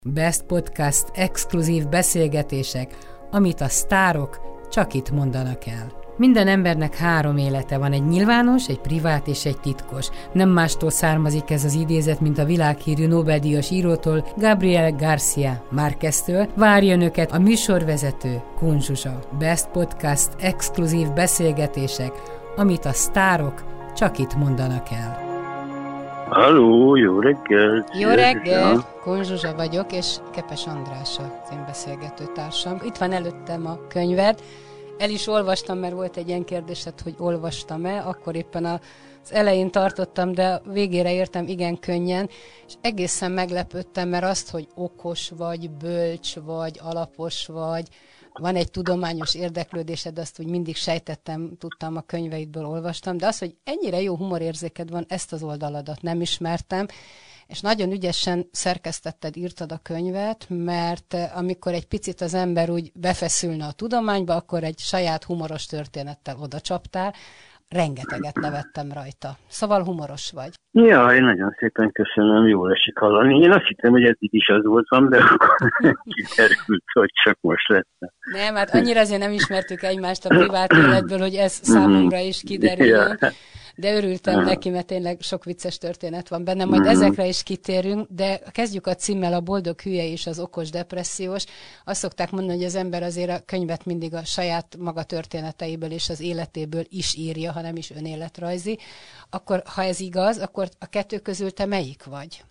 Best Podcast exkluzív beszélgetések, amit a sztárok csak itt mondanak el. Minden embernek 3 élete van, egy nyilvános, egy privát és egy titkos. Nem mástól származik ez az idézet, mint a világhírű Nobel-díjas írótól, Gabriel García Márqueztől. Várja önöket a műsorvezető, Kun Zsuzsa. Best Podcast exkluzív beszélgetések, amit a sztárok csak itt mondanak el. Halló, jó reggelt! Jó reggelt! Kun Zsuzsa vagyok, és Kepes András az én beszélgető társam. Itt van előttem a könyved. El is olvastam, mert volt egy ilyen kérdésed, hogy olvastam-e, akkor éppen az elején tartottam, de végére értem igen könnyen, és egészen meglepődtem, mert azt, hogy okos vagy, bölcs vagy, alapos vagy, van egy tudományos érdeklődésed, azt úgy mindig sejtettem, tudtam, a könyveidből olvastam, de az, hogy ennyire jó humorérzéked van, ezt az oldaladat nem ismertem, és nagyon ügyesen szerkesztetted, írtad a könyvet, mert amikor egy picit az ember úgy befeszülne a tudományba, akkor egy saját humoros történettel oda csaptál, rengeteget nevettem rajta. Szóval humoros vagy. Jaj, nagyon szépen köszönöm, jól esik hallani. Én azt hittem, hogy eddig is az voltam, de akkor kiderült, hogy csak most lettem. Nem, hát annyira azért nem ismertük egymást a privát életből, hogy ez számomra is kiderüljön. De örültem neki, mert tényleg sok vicces történet van benne, majd ezekre is kitérünk, de kezdjük a címmel, a boldog hülye és az okos depressziós. Azt szokták mondani, hogy az ember azért a könyvet mindig a saját maga történeteiből és az életéből is írja, ha nem is önéletrajzi. Akkor, ha ez igaz, akkor a kettő közül te melyik vagy?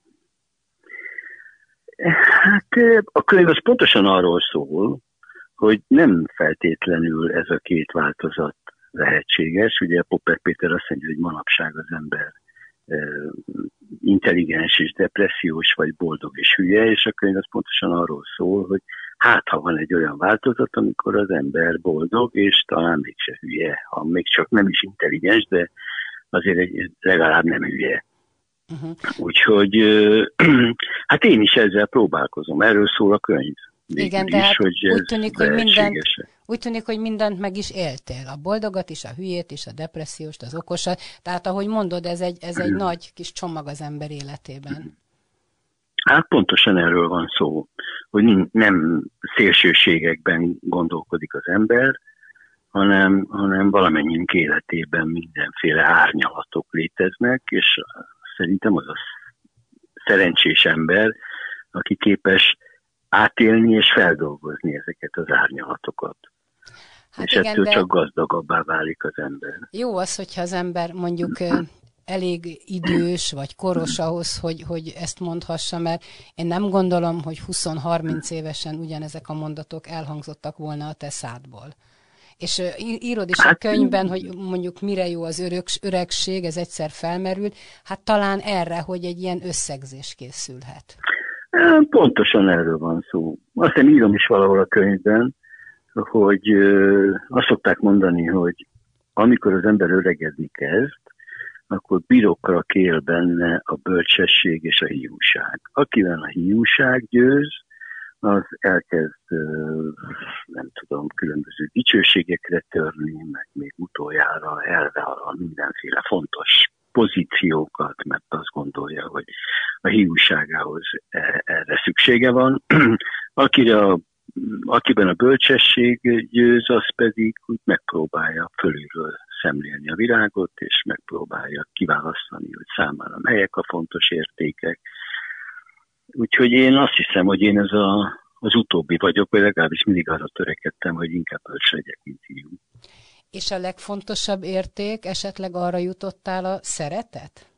Hát a könyv az pontosan arról szól, hogy nem feltétlenül ez a két változat lehetséges. Ugye Popper Péter azt mondja, hogy manapság az ember intelligens és depressziós, vagy boldog és hülye, és a könyv az pontosan arról szól, hogy hát ha van egy olyan változat, amikor az ember boldog, és talán mégse hülye, ha még csak nem is intelligens, de azért legalább nem hülye. Úgyhogy hát én is ezzel próbálkozom, erről szól a könyv. Igen, de hát úgy tűnik, hogy mindent meg is éltél. A boldogat is, a hülyét is, a depresszióst, az okosat. Tehát, ahogy mondod, ez egy nagy kis csomag az ember életében. Hát pontosan erről van szó, hogy nem szélsőségekben gondolkodik az ember, hanem valamennyiünk életében mindenféle árnyalatok léteznek, és szerintem az a szerencsés ember, aki képes átélni és feldolgozni ezeket az árnyalatokat. Hát és igen, ettől csak gazdagabbá válik az ember. Jó az, hogyha az ember mondjuk elég idős vagy koros ahhoz, hogy ezt mondhassa, mert én nem gondolom, hogy 20-30 évesen ugyanezek a mondatok elhangzottak volna a te szádból. És írod is a könyvben, hogy mondjuk mire jó az öregség, ez egyszer felmerült, hát talán erre, hogy egy ilyen összegzés készülhet. Pontosan erről van szó. Azt hiszem írom is valahol a könyvben, hogy azt szokták mondani, hogy amikor az ember öregedni kezd, akkor birokra kél benne a bölcsesség és a hiúság. Akiben a hiúság győz, az elkezd, nem tudom, különböző dicsőségekre törni, meg még utoljára elvállal mindenféle fontos pozíciókat, mert azt gondolja, hogy a hiúságához erre szüksége van. Akiben a bölcsesség győz, az pedig úgy megpróbálja fölülről szemlélni a világot, és megpróbálja kiválasztani, hogy számára melyek a fontos értékek. Úgyhogy én azt hiszem, hogy én az utóbbi vagyok, vagy legalábbis mindig arra törekedtem, hogy inkább bölcs legyek, mint hiú. És a legfontosabb érték, esetleg arra jutottál, a szeretet?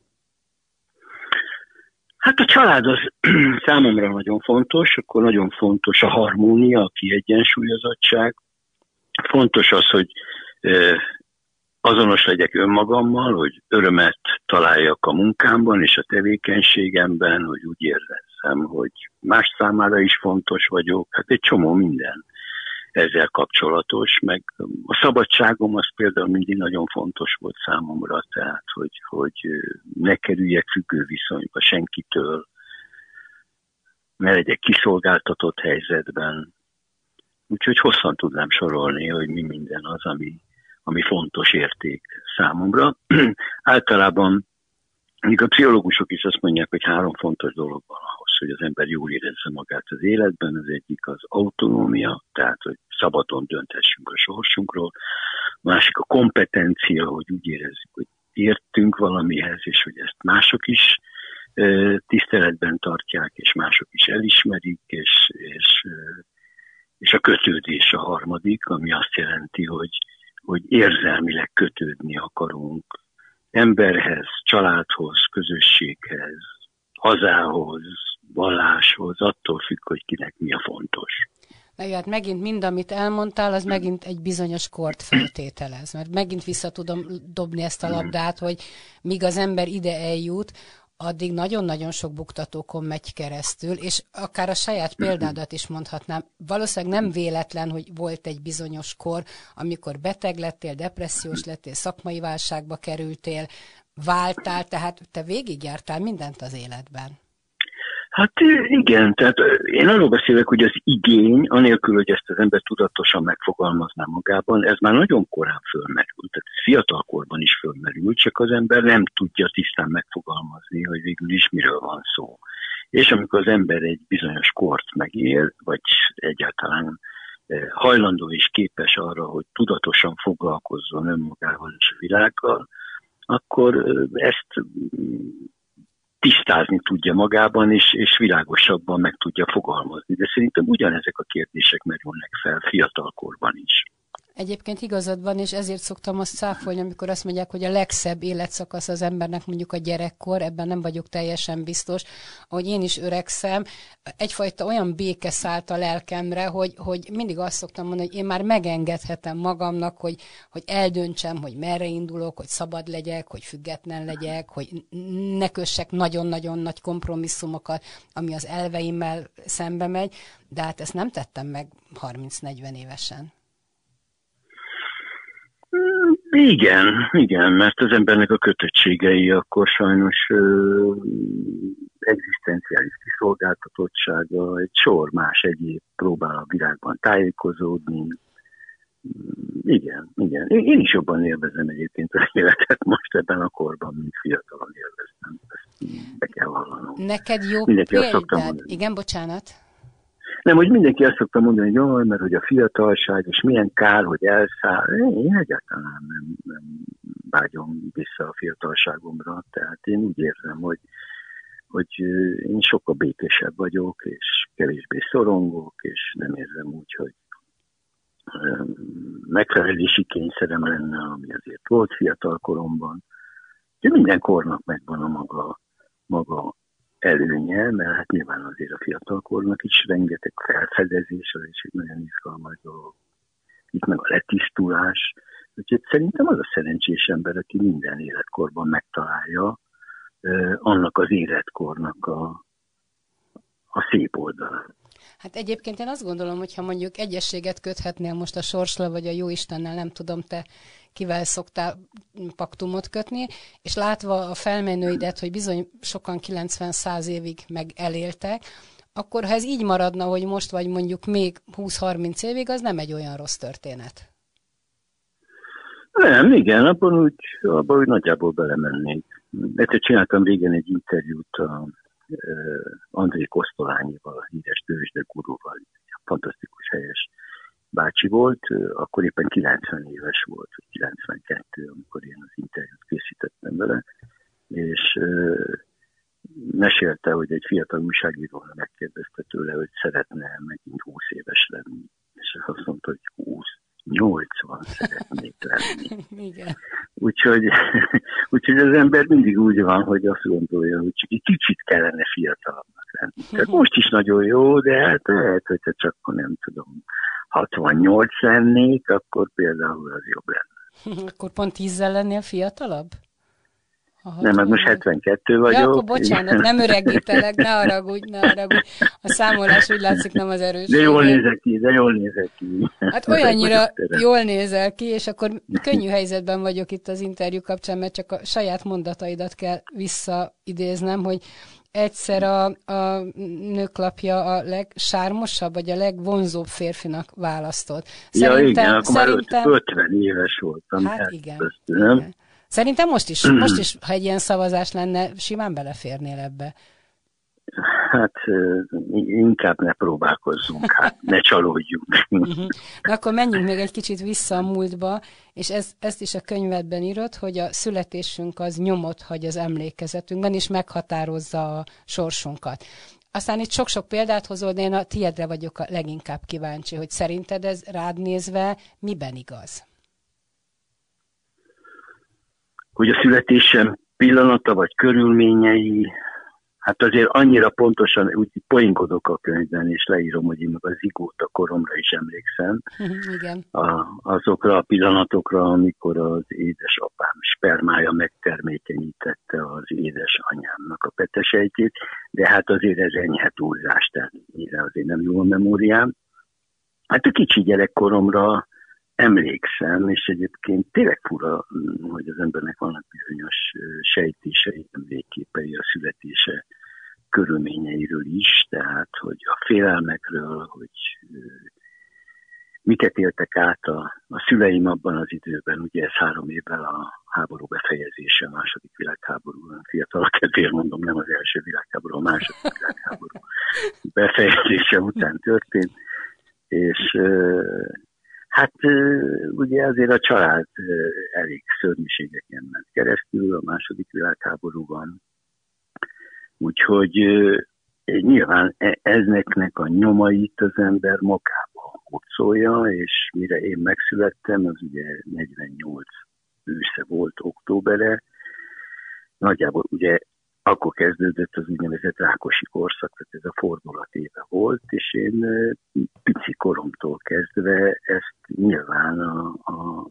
Hát a család az számomra nagyon fontos, akkor nagyon fontos a harmónia, a kiegyensúlyozottság. Fontos az, hogy azonos legyek önmagammal, hogy örömet találjak a munkámban és a tevékenységemben, hogy úgy érzem, hogy más számára is fontos vagyok. Hát egy csomó minden ezzel kapcsolatos, meg a szabadságom az például mindig nagyon fontos volt számomra, tehát, hogy ne kerüljek függő viszonyba senkitől, ne legyek kiszolgáltatott helyzetben. Úgyhogy hosszan tudnám sorolni, hogy mi minden az, ami fontos érték számomra. Általában, míg a pszichológusok is azt mondják, hogy 3 fontos dolog van ahhoz, hogy az ember jól érezze magát az életben. Az egyik az autonómia, tehát hogy szabadon dönthessünk a sorsunkról. A másik a kompetencia, hogy úgy érezzük, hogy értünk valamihez, és hogy ezt mások is tiszteletben tartják, és mások is elismerik, és a kötődés a harmadik, ami azt jelenti, hogy érzelmileg kötődni akarunk emberhez, családhoz, közösséghez, hazához, valláshoz, attól függ, hogy kinek mi a fontos. Hát megint mind, amit elmondtál, az megint egy bizonyos kort feltételez, mert megint vissza tudom dobni ezt a labdát, hogy míg az ember ide eljut, addig nagyon-nagyon sok buktatókon megy keresztül, és akár a saját példádat is mondhatnám. Valószínűleg nem véletlen, hogy volt egy bizonyos kor, amikor beteg lettél, depressziós lettél, szakmai válságba kerültél, váltál, tehát te végigjártál mindent az életben. Hát igen, tehát én arról beszélek, hogy az igény, anélkül, hogy ezt az ember tudatosan megfogalmazná magában, ez már nagyon korán fölmerült, tehát fiatalkorban is fölmerült, csak az ember nem tudja tisztán megfogalmazni, hogy végül is miről van szó. És amikor az ember egy bizonyos kort megél, vagy egyáltalán hajlandó és képes arra, hogy tudatosan foglalkozzon önmagával és a világgal, akkor ezt tisztázni tudja magában, és világosabban meg tudja fogalmazni. De szerintem ugyanezek a kérdések merülnek fel fiatalkorban is. Egyébként igazad van, és ezért szoktam azt cáfolni, amikor azt mondják, hogy a legszebb életszakasz az embernek mondjuk a gyerekkor, ebben nem vagyok teljesen biztos, ahogy én is öregszem, egyfajta olyan béke szállt a lelkemre, hogy mindig azt szoktam mondani, hogy én már megengedhetem magamnak, hogy eldöntsem, hogy merre indulok, hogy szabad legyek, hogy független legyek, hogy ne kössek nagyon-nagyon nagy kompromisszumokat, ami az elveimmel szembe megy, de hát ezt nem tettem meg 30-40 évesen. Igen, mert az embernek a kötöttségei akkor sajnos egzisztenciális kiszolgáltatottsága, egy sor más egyéb próbál a világban tájékozódni. Igen. Én is jobban élvezem egyébként az életet most ebben a korban, mint fiatalon élveztem. Ezt be kell vallanom. Neked jó példád? Igen, bocsánat. Nem, hogy mindenki azt szokta mondani, hogy jaj, mert hogy a fiatalság, és milyen kár, hogy elszáll. Én egyáltalán nem vágyom vissza a fiatalságomra. Tehát én úgy érzem, hogy én sokkal békésebb vagyok, és kevésbé szorongok, és nem érzem úgy, hogy megfelelési kényszerem lenne, ami azért volt fiatal koromban. De minden kornak megvan a maga előnye, mert hát nyilván azért a fiatalkornak is rengeteg felfedezés, és egy nagyon izgalmas dolog. Itt meg a letisztulás. Úgyhogy szerintem az a szerencsés ember, aki minden életkorban megtalálja annak az életkornak a szép oldalát. Hát egyébként én azt gondolom, hogy ha mondjuk egyességet köthetnél most a sorssal, vagy a Jóistennel, nem tudom, te kivel szoktál paktumot kötni, és látva a felmenőidet, hogy bizony sokan 90-100 évig meg eléltek, akkor ha ez így maradna, hogy most vagy mondjuk még 20-30 évig, az nem egy olyan rossz történet. Nem, igen, abban úgy nagyjából belemennék. Egyszer csináltam régen egy interjút André Kosztolányival, a híres tőzsdegurúval, fantasztikus helyes bácsi volt, akkor éppen 90 éves volt, 92, amikor én az interjút készítettem vele, és mesélte, hogy egy fiatal újságíróval megkérdezte tőle, hogy szeretne megint 20 éves lenni, és azt mondta, hogy 80 szeretnék lenni. Igen. Úgyhogy az ember mindig úgy van, hogy azt gondolja, hogy csak egy kicsit kellene fiatalabbnak lenni. Tehát most is nagyon jó, de hát lehet, hogyha csak, nem tudom, 68 lennék, akkor például az jobb lenne. Akkor pont 10-zel lennél fiatalabb? Nem, hát most 72 vagyok. Ja, akkor bocsánat, nem öregítelek, ne haragudj. A számolás úgy látszik nem az erős. De jól nézek ki. Hát olyannyira jól nézel ki, és akkor könnyű helyzetben vagyok itt az interjú kapcsán, mert csak a saját mondataidat kell visszaidéznem, hogy egyszer a Nőklapja a legsármosabb, vagy a legvonzóbb férfinak választott. Igen, akkor már 50 éves voltam. Hát igen. Szerintem most is, ha egy ilyen szavazás lenne, simán beleférnél ebbe. Hát inkább ne próbálkozzunk, hát ne csalódjunk. Na akkor menjünk még egy kicsit vissza a múltba, és ezt is a könyvedben írod, hogy a születésünk az nyomot hagy az emlékezetünkben, és meghatározza a sorsunkat. Aztán itt sok-sok példát hozol, de én a tiédre vagyok a leginkább kíváncsi, hogy szerinted ez rád nézve miben igaz? Hogy a születésem pillanata vagy körülményei, hát azért annyira pontosan úgy poénkodok a könyvben, és leírom, hogy én meg a zigóta koromra is emlékszem. Igen. Azokra a pillanatokra, amikor az édesapám spermája megtermékenyítette az édesanyámnak a petesejtjét, de hát azért ez enyhe túlzás, tehát azért nem jó a memóriám. Hát a kicsi gyerekkoromra emlékszem, és egyébként tényleg fura, hogy az embernek vannak bizonyos sejtései, emlékképei a születése körülményeiről is, tehát hogy a félelmekről, hogy miket éltek át a szüleim abban az időben, ugye ez 3 évvel a háború befejezése, a második világháború, fiatalok ezért mondom, nem az első világháború, a második világháború befejezése után történt, és hát ugye azért a család elég szörnyűségeken ment keresztül a második világháborúban. Úgyhogy nyilván ezeknek a nyomait az ember magába hurcolja, és mire én megszülettem, az ugye 48 ősze volt, októbere, nagyjából ugye akkor kezdődött az úgynevezett Rákosi korszak, tehát ez a fordulat éve volt, és én pici koromtól kezdve ezt nyilván a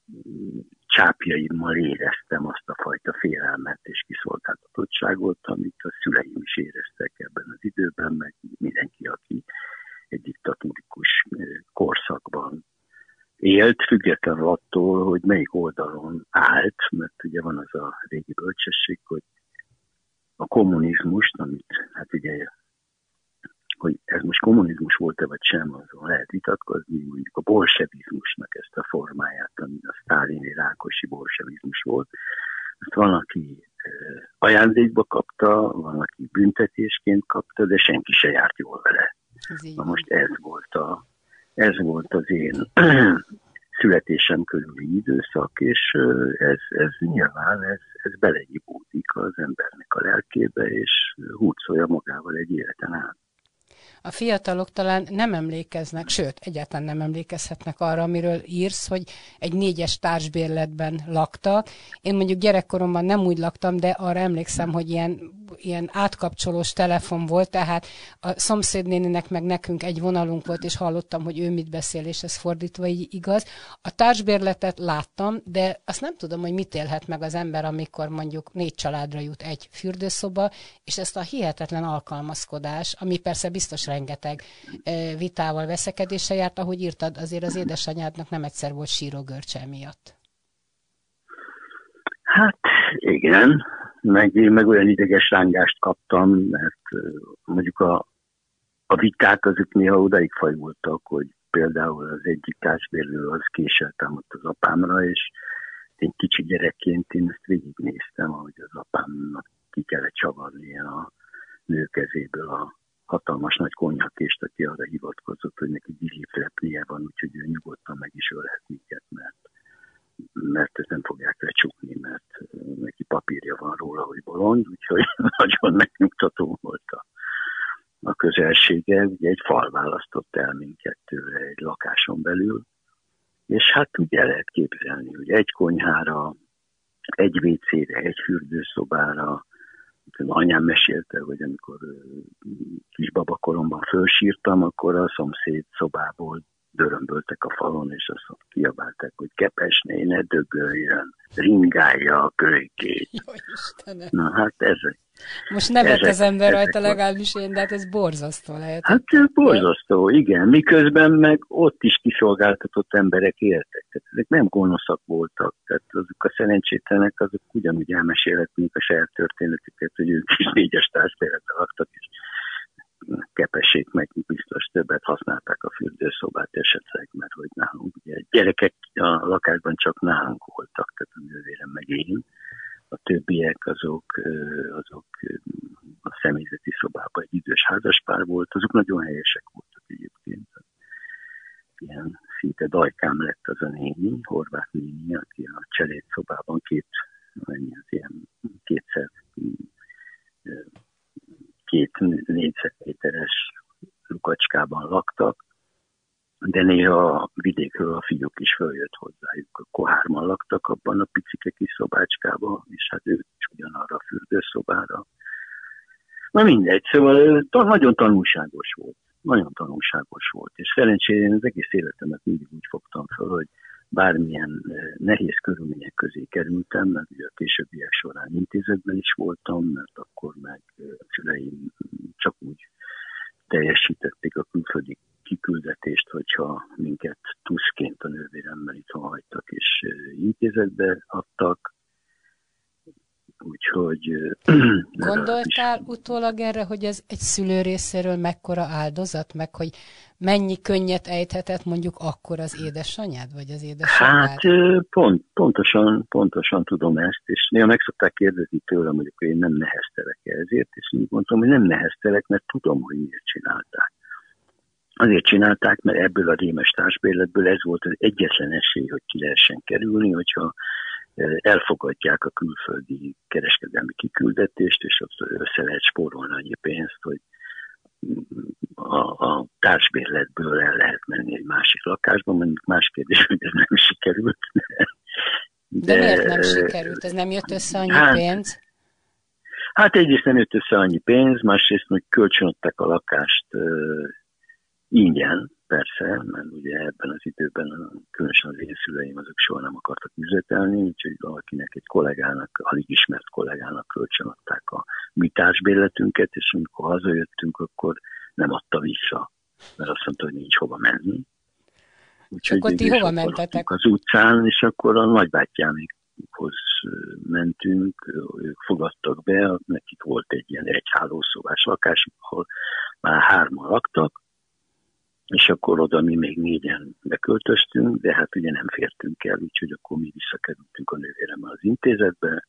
csápjaimmal éreztem azt a fajta félelmet és kiszolgáltatottságot, amit a szüleim is éreztek ebben az időben, meg mindenki, aki egy diktatórikus korszakban élt, függetlenül attól, hogy melyik oldalon állt, mert ugye van az a régi bölcsesség, hogy a kommunizmust, amit hát ugye, hogy ez most kommunizmus volt-e vagy sem, azon lehet vitatkozni, mondjuk a bolsevizmusnak ezt a formáját, ami a sztálini rákosi bolsevizmus volt, azt van, aki ajándékba kapta, van, aki büntetésként kapta, de senki se járt jól vele. Na most ez volt az én születésem körüli időszak, és ez nyilván ez belenyibódik az embernek a lelkébe, és hurcolja magával egy életen át. A fiatalok talán nem emlékeznek, sőt, egyáltalán nem emlékezhetnek arra, amiről írsz, hogy egy 4-es társbérletben laktak. Én mondjuk gyerekkoromban nem úgy laktam, de arra emlékszem, hogy ilyen átkapcsolós telefon volt, tehát a szomszédnéninek meg nekünk egy vonalunk volt, és hallottam, hogy ő mit beszél, és ez fordítva így igaz. A társbérletet láttam, de azt nem tudom, hogy mit élhet meg az ember, amikor mondjuk 4 családra jut egy fürdőszoba, és ezt a hihetetlen alkalmazkodás, ami persze biztos rengeteg vitával, veszekedéssel járt, ahogy írtad, azért az édesanyádnak nem egyszer volt sírógörcse miatt. Hát igen, meg olyan ideges rángást kaptam, mert mondjuk a viták azok néha odaig fajultak, hogy például az egyik társbérlő az késsel támadt az apámra, és én kicsi gyerekként én ezt végignéztem, ahogy az apámnak ki kellett csavarnia a nő kezéből a hatalmas nagy konyakkést, aki arra hivatkozott, hogy neki diliplepnie van, úgyhogy ő nyugodtan meg is ölhet minket, mert ezt nem fogják lecsukni, mert neki papírja van róla, hogy bolond, úgyhogy nagyon megnyugtató volt a közelsége. Ugye egy fal választott el minket tőle egy lakáson belül, és hát úgy el lehet képzelni, hogy egy konyhára, egy WC-re, egy fürdőszobára. Az anyám mesélte, hogy amikor kisbabakoromban fölsírtam, akkor a szomszéd szobából dörömböltek a falon, és azt kiabálták, hogy Kepesné, ne dögöljön, ringálja a kölykét. Jó Istenem! Na hát ezek. Most nevet az ember rajta, legalábbis én, de hát ez borzasztó lehet. Hát borzasztó, igen. Miközben meg ott is kiszolgáltatott emberek éltek. Tehát ezek nem gonoszak voltak. Tehát azok a szerencsétlenek, azok ugyanúgy elmesélhetnék a saját történetüket, hogy ők is 4-es társbérletben laktak, és Kepessék meg biztos többet használták a fürdőszobát esetleg, mert hogy nálunk ugye gyerekek a lakásban csak nálunk voltak, tehát a nővérem meg én. A többiek azok a személyzeti szobában egy idős házaspár volt, azok nagyon helyesek voltak egyébként. Ilyen szinte dajkám lett az a néni, Horváth néni, aki a cselédszobában két négyzetméteres lukacskában laktak, de néha a vidékről a fiúk is följött hozzájuk. Akkor 3-an laktak abban a picike kis szobácskában, és hát ők is ugyanarra a fürdőszobára. Na mindegy, szóval nagyon tanulságos volt. Nagyon tanulságos volt. És szerencsére én az egész életemet mindig úgy fogtam fel, hogy bármilyen nehéz körülmények közé kerültem, mert ugye a későbbiek során intézetben is voltam, mert akkor meg szüleim csak úgy teljesítették a külföldi kiküldetést, hogyha minket tuszként a nővéremmel itthon hagytak és intézetbe adtak. Úgyhogy... Gondoltál utólag erre, hogy ez egy szülő részéről mekkora áldozat, meg hogy mennyi könnyet ejthetett mondjuk akkor az édesanyád, vagy az édesapád? Hát pontosan tudom ezt, és néha meg szokták kérdezni tőlem, hogy én nem neheztelek ezért, és így mondtam, hogy nem neheztelek, mert tudom, hogy miért csinálták. Azért csinálták, mert ebből a rémes társbérletből ez volt az egyetlen esély, hogy ki lehessen kerülni, hogyha elfogadják a külföldi kereskedelmi kiküldetést, és ott össze lehet spórolni annyi pénzt, hogy a társbérletből el lehet menni egy másik lakásba, mondjuk más kérdés, hogy ez nem sikerült. De miért nem sikerült? Ez nem jött össze annyi pénz? Hát egyrészt nem jött össze annyi pénz, másrészt, hogy kölcsönadták a lakást ingyen, persze, mert ugye ebben az időben különösen az én szüleim azok soha nem akartak üzletelni, úgyhogy valakinek, egy kollégának, alig ismert kollégának kölcsönadták a mi társbérletünket, és amikor hazajöttünk, akkor nem adta vissza, mert azt mondta, hogy nincs hova menni. Úgyhogy akkor ti hova mentetek? Az utcán, és akkor a nagybátyámikhoz mentünk, ők fogadtak be, nekik volt egy ilyen egyhálószobás lakás, ahol már 3-an laktak, és akkor oda mi még 4-en beköltöztünk, de hát ugye nem fértünk el, úgyhogy akkor mi visszakerültünk a nővéremmel az intézetbe,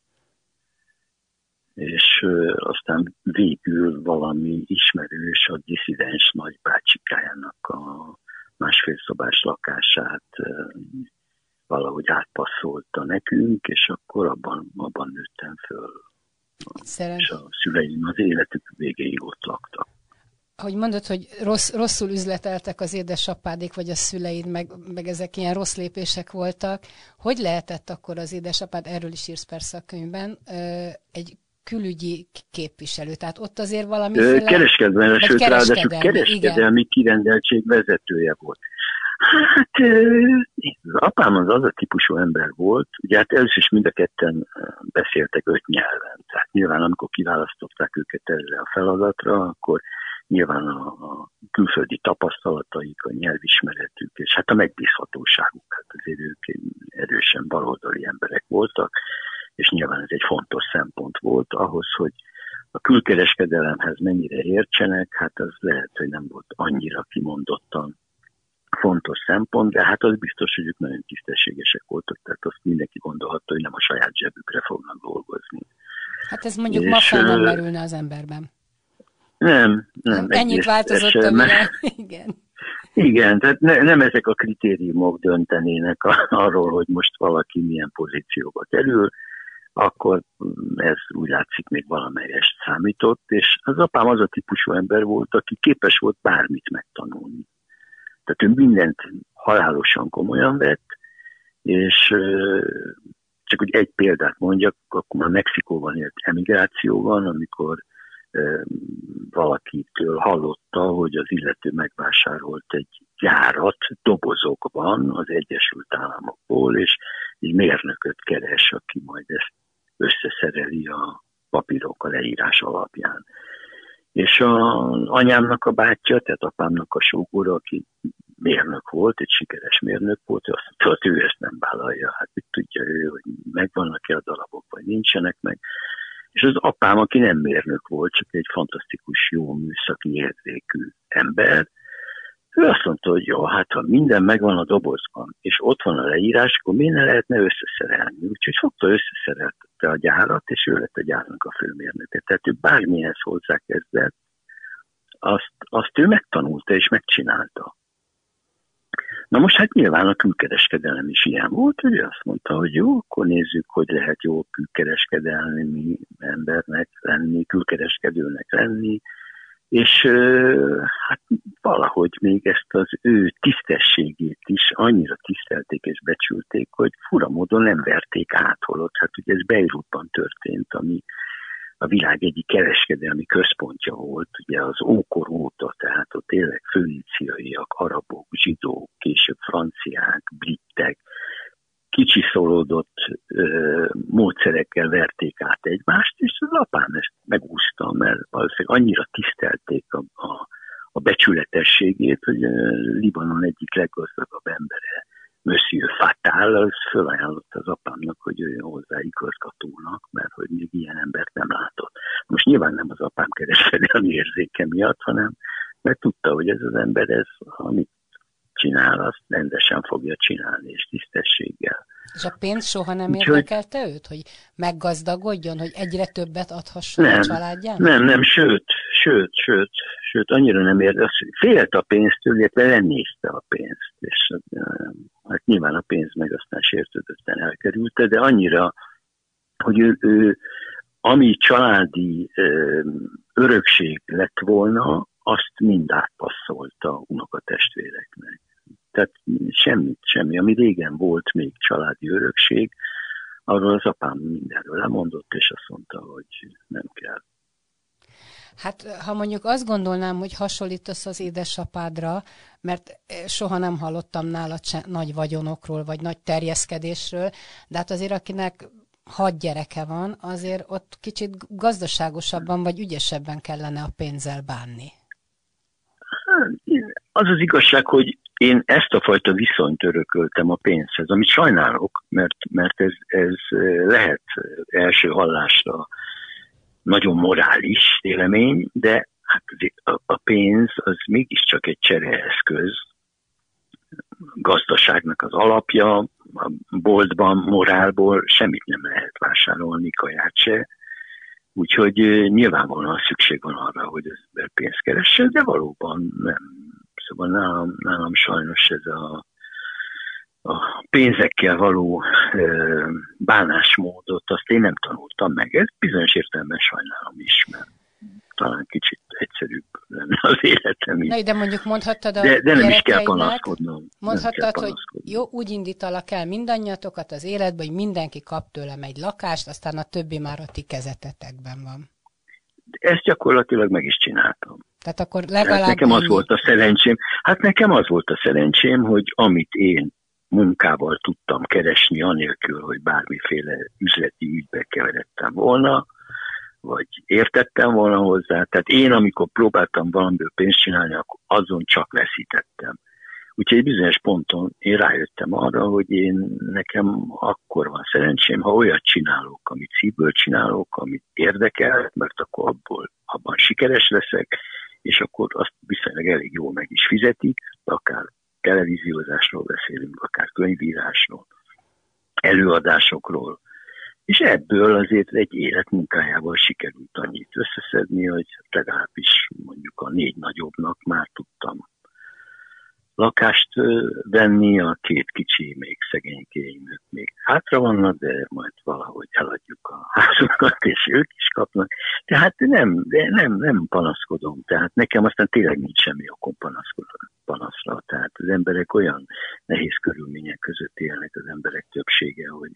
és aztán végül valami ismerős a disszidens nagybácsikájának a 1,5 szobás lakását valahogy átpasszolta nekünk, és akkor abban nőttem föl. És a szüleim az életük végéig ott laktak. Ahogy mondod, hogy rosszul üzleteltek az édesapádék, vagy a szüleid, meg ezek ilyen rossz lépések voltak. Hogy lehetett akkor az édesapád, erről is írsz persze a könyvben, egy külügyi képviselő? Tehát ott azért valamiféle... Kereskedelmi, sőt, ráadásul kereskedelmi kirendeltség vezetője volt. Hát az apám az a típusú ember volt, ugye hát először is mind a ketten beszéltek 5 nyelven. Tehát nyilván amikor kiválasztották őket erre a feladatra, akkor nyilván a külföldi tapasztalataik, a nyelvismeretük, és hát a megbízhatóságuk, hát azért ők erősen baloldali emberek voltak, és nyilván ez egy fontos szempont volt ahhoz, hogy a külkereskedelemhez mennyire értsenek, hát az lehet, hogy nem volt annyira kimondottan fontos szempont, de hát az biztos, hogy ők nagyon tisztességesek voltak, tehát azt mindenki gondolhatta, hogy nem a saját zsebükre fognak dolgozni. Hát ez mondjuk ma fel nem merülne az emberben. Nem. Ennyit változott a világ. Igen. Igen, tehát nem ezek a kritériumok döntenének arról, hogy most valaki milyen pozícióba kerül, akkor ez úgy látszik még valamelyest számított, és az apám az a típusú ember volt, aki képes volt bármit megtanulni. Tehát ő mindent halálosan komolyan vett, és csak hogy egy példát mondjak, akkor már Mexikóban élt emigrációban, amikor valakitől hallotta, hogy az illető megvásárolt egy gyárat dobozokban az Egyesült Államokból, és egy mérnököt keres, aki majd ezt összeszereli a papírok, a leírás alapján. És az anyámnak a bátyja, tehát apámnak a sógora, aki mérnök volt, egy sikeres mérnök volt, azt mondta, hogy ő ezt nem vállalja. Hát mit tudja ő, hogy megvannak-e a darabok, vagy nincsenek meg. És az apám, aki nem mérnök volt, csak egy fantasztikus, jó műszaki érzékű ember, ő azt mondta, hogy jó, hát ha minden megvan a dobozban, és ott van a leírás, akkor miért ne lehetne összeszerelni? Úgyhogy fogta, összeszereltette a gyárat, és ő lett a gyárnak a főmérnöke. Tehát ő bármihez hozzákezdett, azt ő megtanulta és megcsinálta. Na most hát nyilván a külkereskedelem is ilyen volt, hogy azt mondta, hogy jó, akkor nézzük, hogy lehet jó külkereskedelmi embernek lenni, külkereskedőnek lenni, és hát valahogy még ezt az ő tisztességét is annyira tisztelték és becsülték, hogy fura módon nem verték át holott. Hát ugye ez Beirutban történt, ami a világ egyik kereskedelmi központja volt, ugye az ókor óta, tehát ott tényleg föníciaiak, arabok, zsidók, később franciák, britek, kicsiszolódott módszerekkel verték át egymást, és az apám ezt megúszta, mert valószínűleg annyira tisztelték a becsületességét, hogy Libanon egyik leggazdagabb embere, Monsieur Fatal, az fölajánlott az apámnak, hogy jöjjön hozzá igazgatónak, mert hogy még ilyen embert nem látott. Most nyilván nem az apám kereskedelmi érzéke miatt, hanem mert tudta, hogy ez az ember, ez, amit csinál, azt rendesen fogja csinálni, és tisztességgel. És a pénz soha nem érdekelte őt, hogy meggazdagodjon, hogy egyre többet adhasson a családjának? Nem, sőt, annyira nem érdekelte. Félt a pénztől, illetve lenézte a pénzt, és hát nyilván a pénz meg aztán sértődötten elkerülte, de annyira, hogy ő ami családi örökség lett volna, azt mind átpasszolta unokatestvéreknek. Tehát semmi, ami régen volt még családi örökség, arról az apám mindenről lemondott, és azt mondta, hogy nem kell. Hát, ha mondjuk azt gondolnám, hogy hasonlítasz az édesapádra, mert soha nem hallottam nála nagy vagyonokról, vagy nagy terjeszkedésről, de hát azért akinek 6 gyereke van, azért ott kicsit gazdaságosabban, vagy ügyesebben kellene a pénzzel bánni. Az az igazság, hogy én ezt a fajta viszonyt örököltem a pénzhez, amit sajnálok, mert ez lehet első hallásra nagyon morális vélemény, de hát a pénz az mégiscsak egy csereeszköz, gazdaságnak az alapja, a boltban, morálból semmit nem lehet vásárolni, kaját se. Úgyhogy nyilvánvalóan szükség van arra, hogy az ember pénzt keresse, de valóban nem. Szóval nálam sajnos ez a pénzekkel való bánásmódot, azt én nem tanultam meg. Ez bizonyos értelemben sajnálom is, mert talán kicsit egyszerűbb lenne az életem. Na, de mondjuk mondhattad a de nem is kell panaszkodnom. Mondhattad, hogy jó, úgy indítalak el mindannyiatokat az életbe, hogy mindenki kap tőlem egy lakást, aztán a többi már a ti kezetetekben van. Ezt gyakorlatilag meg is csináltam. Tehát akkor legalább... Nekem az volt a szerencsém. Hát nekem az volt a szerencsém, hogy amit én munkával tudtam keresni, anélkül, hogy bármiféle üzleti ügybe keveredtem volna, vagy értettem volna hozzá. Tehát én, amikor próbáltam valamiből pénzt csinálni, akkor azon csak veszítettem. Úgyhogy egy bizonyos ponton én rájöttem arra, hogy nekem akkor van szerencsém, ha olyat csinálok, amit szívből csinálok, amit érdekel, mert akkor abban sikeres leszek, és akkor azt viszonylag elég jól meg is fizetik, akár televíziózásról beszélünk, akár könyvírásról, előadásokról. És ebből azért egy életmunkájával sikerült annyit összeszedni, hogy legalábbis mondjuk a 4 nagyobbnak már tudtam lakást venni, a 2 kicsi még szegénykéimnek még hátra vannak, de majd valahogy eladjuk a házukat, és ők is kapnak. Tehát nem panaszkodom, tehát nekem aztán tényleg nincs semmi okom panaszra. Tehát az emberek olyan nehéz körülmények között élnek, az emberek többsége, hogy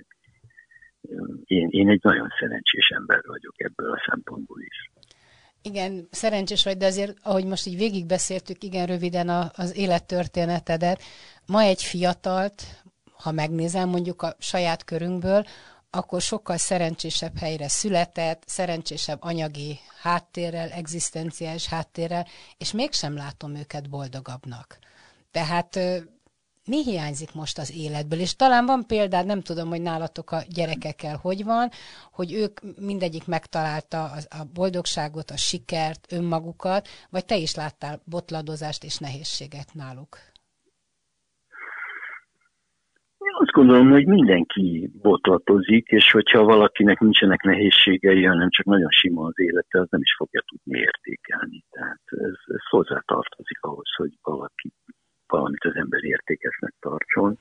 én egy nagyon szerencsés ember vagyok ebből a szempontból is. Igen, szerencsés vagy, de azért, ahogy most így végigbeszéltük, igen röviden az élettörténetedet, ma egy fiatalt, ha megnézem mondjuk a saját körünkből, akkor sokkal szerencsésebb helyre született, szerencsésebb anyagi háttérrel, egzisztenciális háttérrel, és mégsem látom őket boldogabbnak. Tehát mi hiányzik most az életből? És talán van példád, nem tudom, hogy nálatok a gyerekekkel hogy van, hogy ők mindegyik megtalálta a boldogságot, a sikert, önmagukat, vagy te is láttál botladozást és nehézséget náluk? Én azt gondolom, hogy mindenki botlatozik, és hogyha valakinek nincsenek nehézségei, hanem csak nagyon sima az élete, az nem is fogja tudni értékelni. Tehát ez hozzátartozik ahhoz, hogy valaki valamit az ember értékesnek tartson.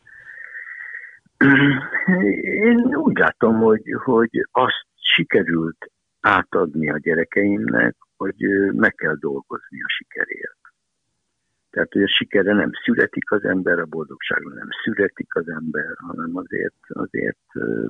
Én úgy látom, hogy azt sikerült átadni a gyerekeimnek, hogy meg kell dolgozni a sikerért. Tehát, hogy a sikerre nem születik az ember, a boldogságra nem születik az ember, hanem azért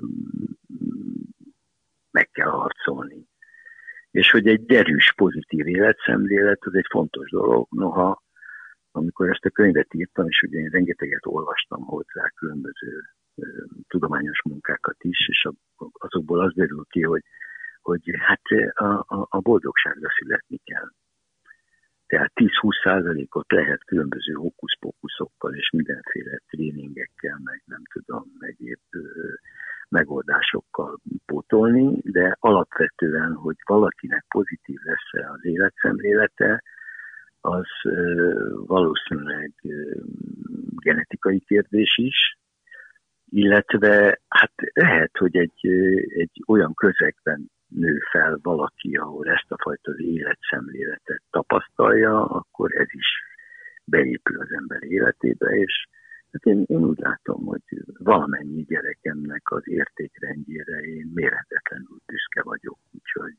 meg kell harcolni. És hogy egy derűs, pozitív életszemlélet, az egy fontos dolog. Noha, amikor ezt a könyvet írtam, és ugye én rengeteget olvastam hozzá, különböző tudományos munkákat is, és azokból az derül ki, hogy hát a boldogságra születni kell. Tehát 10-20%-ot lehet különböző hókusz-pókuszokkal és mindenféle tréningekkel, meg nem tudom, egyéb megoldásokkal pótolni, de alapvetően, hogy valakinek pozitív lesz az életszemlélete, az valószínűleg genetikai kérdés is, illetve hát lehet, hogy egy olyan közegben nő fel valaki, ahol ezt a fajta életszemléletet tapasztalja, akkor ez is beépül az ember életébe, és hát én úgy látom, hogy valamennyi gyerekemnek az értékrendjére én mérhetetlenül büszke vagyok, úgyhogy...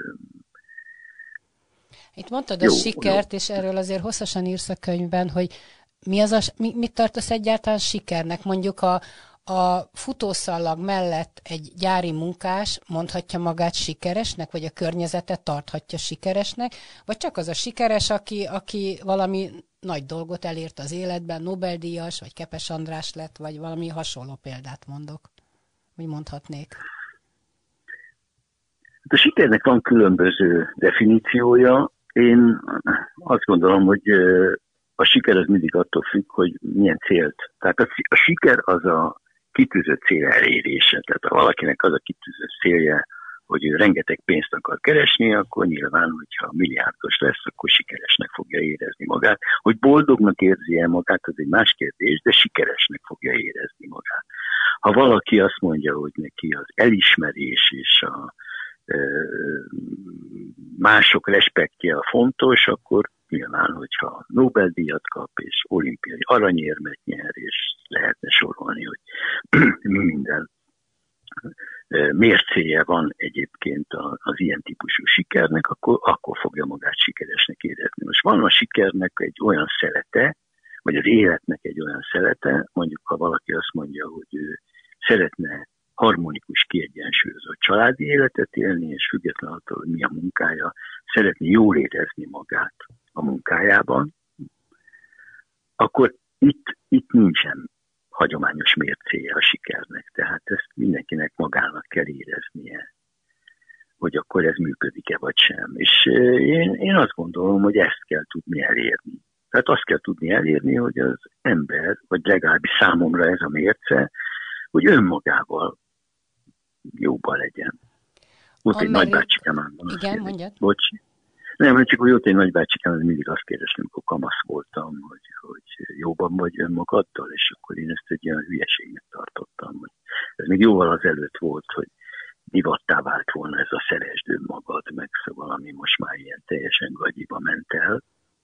Itt mondtad a sikert, és erről azért hosszasan írsz a könyvben, hogy mit tartasz egyáltalán sikernek? Mondjuk a futószalag mellett egy gyári munkás mondhatja magát sikeresnek, vagy a környezetet tarthatja sikeresnek, vagy csak az a sikeres, aki valami nagy dolgot elért az életben, Nobel-díjas, vagy Kepes András lett, vagy valami hasonló példát mondok, úgy mondhatnék. A sikernek van különböző definíciója. Én azt gondolom, hogy a siker az mindig attól függ, hogy milyen célt. Tehát a siker az a kitűzött cél elérése. Tehát ha valakinek az a kitűzött célja, hogy ő rengeteg pénzt akar keresni, akkor nyilván, hogyha milliárdos lesz, akkor sikeresnek fogja érezni magát. Hogy boldognak érzi-e magát, az egy más kérdés, de sikeresnek fogja érezni magát. Ha valaki azt mondja, hogy neki az elismerés és a mások respektje a fontos, akkor nyilván, hogyha Nobel-díjat kap, és olimpiai aranyérmet nyer, és lehetne sorolni, hogy mi minden mércéje van egyébként az ilyen típusú sikernek, akkor fogja magát sikeresnek érezni. Most van a sikernek egy olyan szelete, vagy az életnek egy olyan szelete, mondjuk ha valaki azt mondja, hogy ő szeretne harmonikus, kiegyensúlyozott családi életet élni, és független attól, hogy mi a munkája, szeretné jól érezni magát a munkájában, akkor itt nincsen hagyományos mércéje a sikernek. Tehát ezt mindenkinek magának kell éreznie, hogy akkor ez működik-e vagy sem. És én azt gondolom, hogy ezt kell tudni elérni. Tehát azt kell tudni elérni, hogy az ember, vagy legalábbis számomra ez a mérce, hogy önmagával jóban legyen. Ott egy nagybácsikám van. Igen, mondjad. Bocs. Nem, csak hogy ott egy nagybácsikám, az mindig azt kérdezte, amikor kamasz voltam, hogy jóban vagy önmagaddal, és akkor én ezt egy olyan hülyeségnek tartottam. Hogy ez még jóval azelőtt volt, hogy divattá vált volna ez a szeresd önmagad, meg szóval, ami most már ilyen teljesen gagyiba ment el.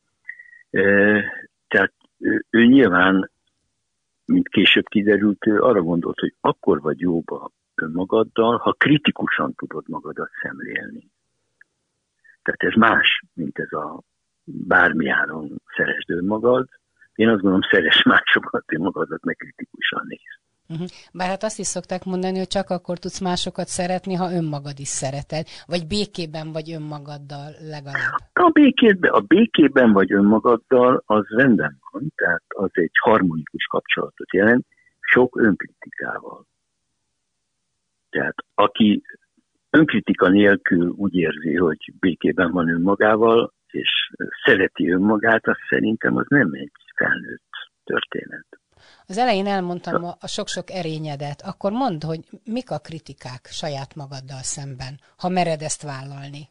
Tehát ő nyilván, mint később kiderült, ő arra gondolt, hogy akkor vagy jóba önmagaddal, ha kritikusan tudod magadat szemlélni. Tehát ez más, mint ez a bármiáron szeresd önmagad. Én azt gondolom, szeress másokat, önmagadat meg kritikusan néz. Bár hát azt is szokták mondani, hogy csak akkor tudsz másokat szeretni, ha önmagad is szereted, vagy békében vagy önmagaddal legalább. A békében vagy önmagaddal az rendben van, tehát az egy harmonikus kapcsolatot jelent, sok önkritikával. Tehát aki önkritika nélkül úgy érzi, hogy békében van önmagával, és szereti önmagát, azt szerintem az nem egy felnőtt történet. Az elején elmondtam a sok-sok erényedet, akkor mondd, hogy mik a kritikák saját magaddal szemben, ha mered ezt vállalni?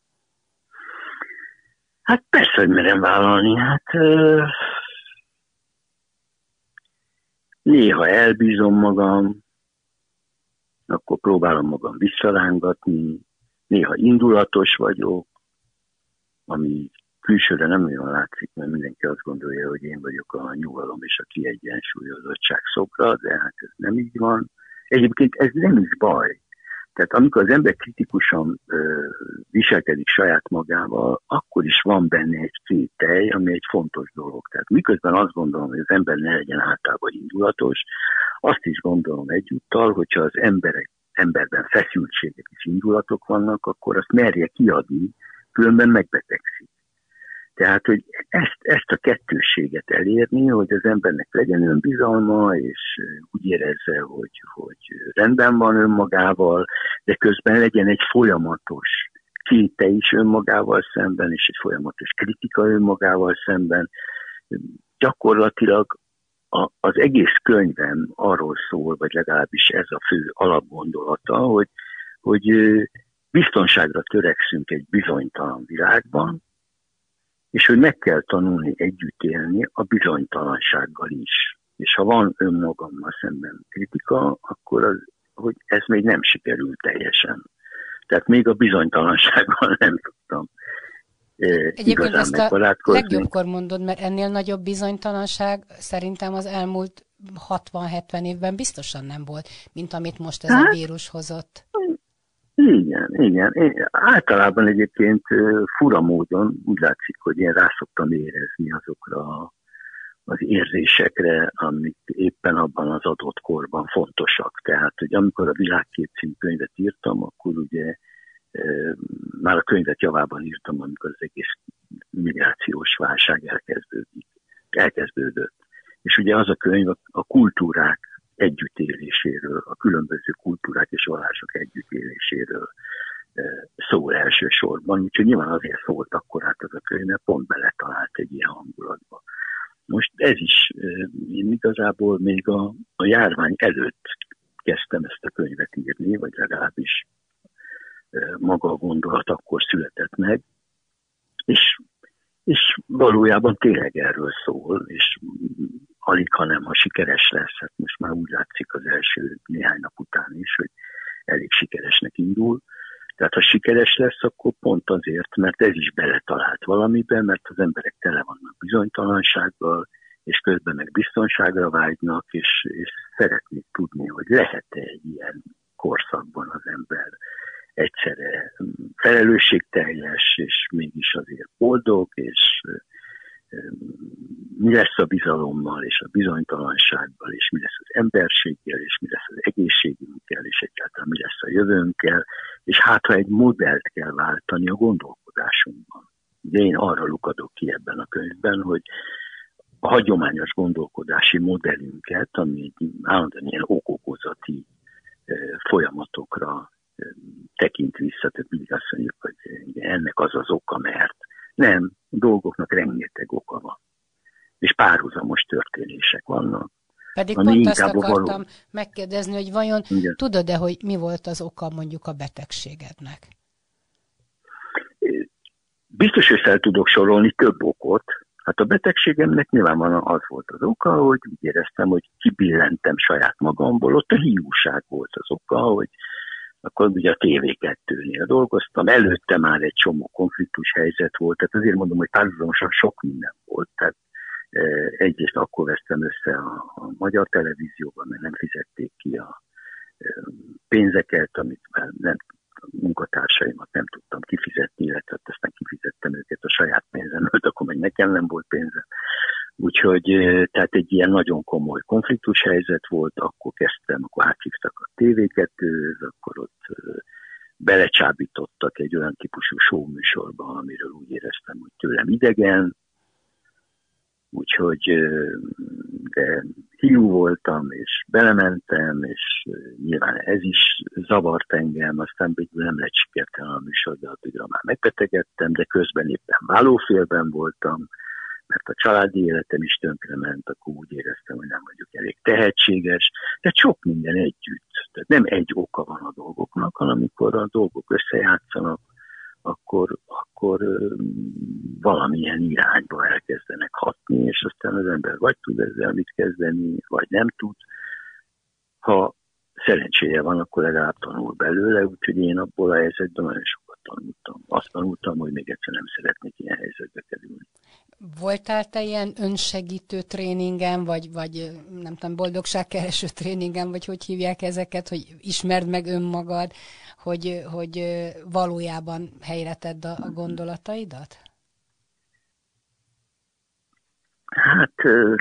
Hát persze, hogy merem vállalni. Hát Néha elbízom magam, akkor próbálom magam visszarángatni, néha indulatos vagyok, ami külsőre nem nagyon látszik, mert mindenki azt gondolja, hogy én vagyok a nyugalom és a kiegyensúlyozottság szobra, de hát ez nem így van. Egyébként ez nem is baj. Tehát amikor az ember kritikusan viselkedik saját magával, akkor is van benne egy kételj, ami egy fontos dolog. Tehát miközben azt gondolom, hogy az ember ne legyen általában indulatos, azt is gondolom egyúttal, hogyha az emberben feszültségek és indulatok vannak, akkor azt merje kiadni, különben megbetegszik. Tehát, hogy ezt a kettősséget elérni, hogy az embernek legyen önbizalma, és úgy érezze, hogy rendben van önmagával, de közben legyen egy folyamatos kéte is önmagával szemben, és egy folyamatos kritika önmagával szemben. Gyakorlatilag az egész könyvem arról szól, vagy legalábbis ez a fő alapgondolata, hogy biztonságra törekszünk egy bizonytalan világban, és hogy meg kell tanulni együtt élni a bizonytalansággal is. És ha van önmagammal szemben kritika, akkor hogy ez még nem sikerült teljesen. Tehát még a bizonytalansággal nem tudtam Egyébként ezt a legjobbkor mondod, mert ennél nagyobb bizonytalanság szerintem az elmúlt 60-70 évben biztosan nem volt, mint amit most ez a vírus hozott. Igen. Általában egyébként fura módon úgy látszik, hogy én rá szoktam érezni azokra az érzésekre, amik éppen abban az adott korban fontosak. Tehát, hogy amikor a Világkép című könyvet írtam, akkor ugye már a könyvet javában írtam, amikor az egész migrációs válság elkezdődött. És ugye az a könyv a kultúrák együttéléséről, a különböző kultúrák és vallások együttéléséről szól elsősorban. Úgyhogy nyilván azért szólt akkor át az a könyv, mert pont beletalált egy ilyen hangulatba. Most ez is, én igazából még a járvány előtt kezdtem ezt a könyvet írni, vagy legalábbis maga a gondolat akkor született meg, és valójában tényleg erről szól, és alig, hanem ha sikeres lesz, hát most már úgy látszik az első néhány nap után is, hogy elég sikeresnek indul. Tehát ha sikeres lesz, akkor pont azért, mert ez is beletalált valamiben, mert az emberek tele vannak bizonytalansággal, és közben meg biztonságra vágynak, és szeretnék tudni, hogy lehet-e egy ilyen korszakban az ember egyszerre felelősségteljes, és mégis azért boldog, és mi lesz a bizalommal, és a bizonytalansággal, és mi lesz az emberséggel, és mi lesz az egészségünkkel, és egyáltalán mi lesz a jövőnkkel, és hát ha egy modellt kell váltani a gondolkodásunkban. De én arra lukadok ki ebben a könyvben, hogy a hagyományos gondolkodási modellünket, ami állandóan ilyen okokozati folyamatokra tekint vissza, tehát mindig azt mondjuk, hogy ennek az az oka, mert nem, a dolgoknak rengeteg oka van. És párhuzamos történések vannak. Pedig pont azt akartam megkérdezni, hogy vajon tudod-e, hogy mi volt az oka mondjuk a betegségednek? Biztos, hogy fel tudok sorolni több okot. Hát a betegségemnek nyilvánvalóan az volt az oka, hogy úgy éreztem, hogy kibillentem saját magamból. Ott a hiúság volt az oka, hogy akkor ugye a TV2-nél dolgoztam, előtte már egy csomó konfliktus helyzet volt, tehát azért mondom, hogy párhuzamosan sok minden volt. Tehát egyrészt akkor vesztem össze a magyar televízióban, mert nem fizették ki a pénzeket, amit nem, a munkatársaimat nem tudtam kifizetni, illetve aztán kifizettem őket a saját pénzemről, akkor meg nekem nem volt pénzem. Úgyhogy tehát egy ilyen nagyon komoly konfliktus helyzet volt, akkor kezdtem, akkor áthívtak a TV2-höz, akkor ott belecsábítottak egy olyan típusú showműsorba, amiről úgy éreztem, hogy tőlem idegen, úgyhogy de hiú voltam, és belementem, és nyilván ez is zavart engem, aztán végül nem lett sikertelen a műsor, de addigra már megbetegedtem, de közben éppen válófélben voltam, mert a családi életem is tönkrement, akkor úgy éreztem, hogy nem vagyok elég tehetséges, de sok minden együtt. Tehát nem egy oka van a dolgoknak, hanem amikor a dolgok összejátszanak, akkor valamilyen irányba elkezdenek hatni, és aztán az ember vagy tud ezzel mit kezdeni, vagy nem tud. Ha szerencséje van, akkor legalább tanul belőle, úgyhogy én abból a helyzetben nagyon sokat tanultam. Azt tanultam, hogy még egyszer nem szeretnék ilyen helyzetbe kerülni. Voltál te ilyen önsegítő tréningen, vagy nem tudom, boldogságkereső tréningen, vagy hogy hívják ezeket, hogy ismerd meg önmagad, hogy valójában helyre tedd a gondolataidat? Hát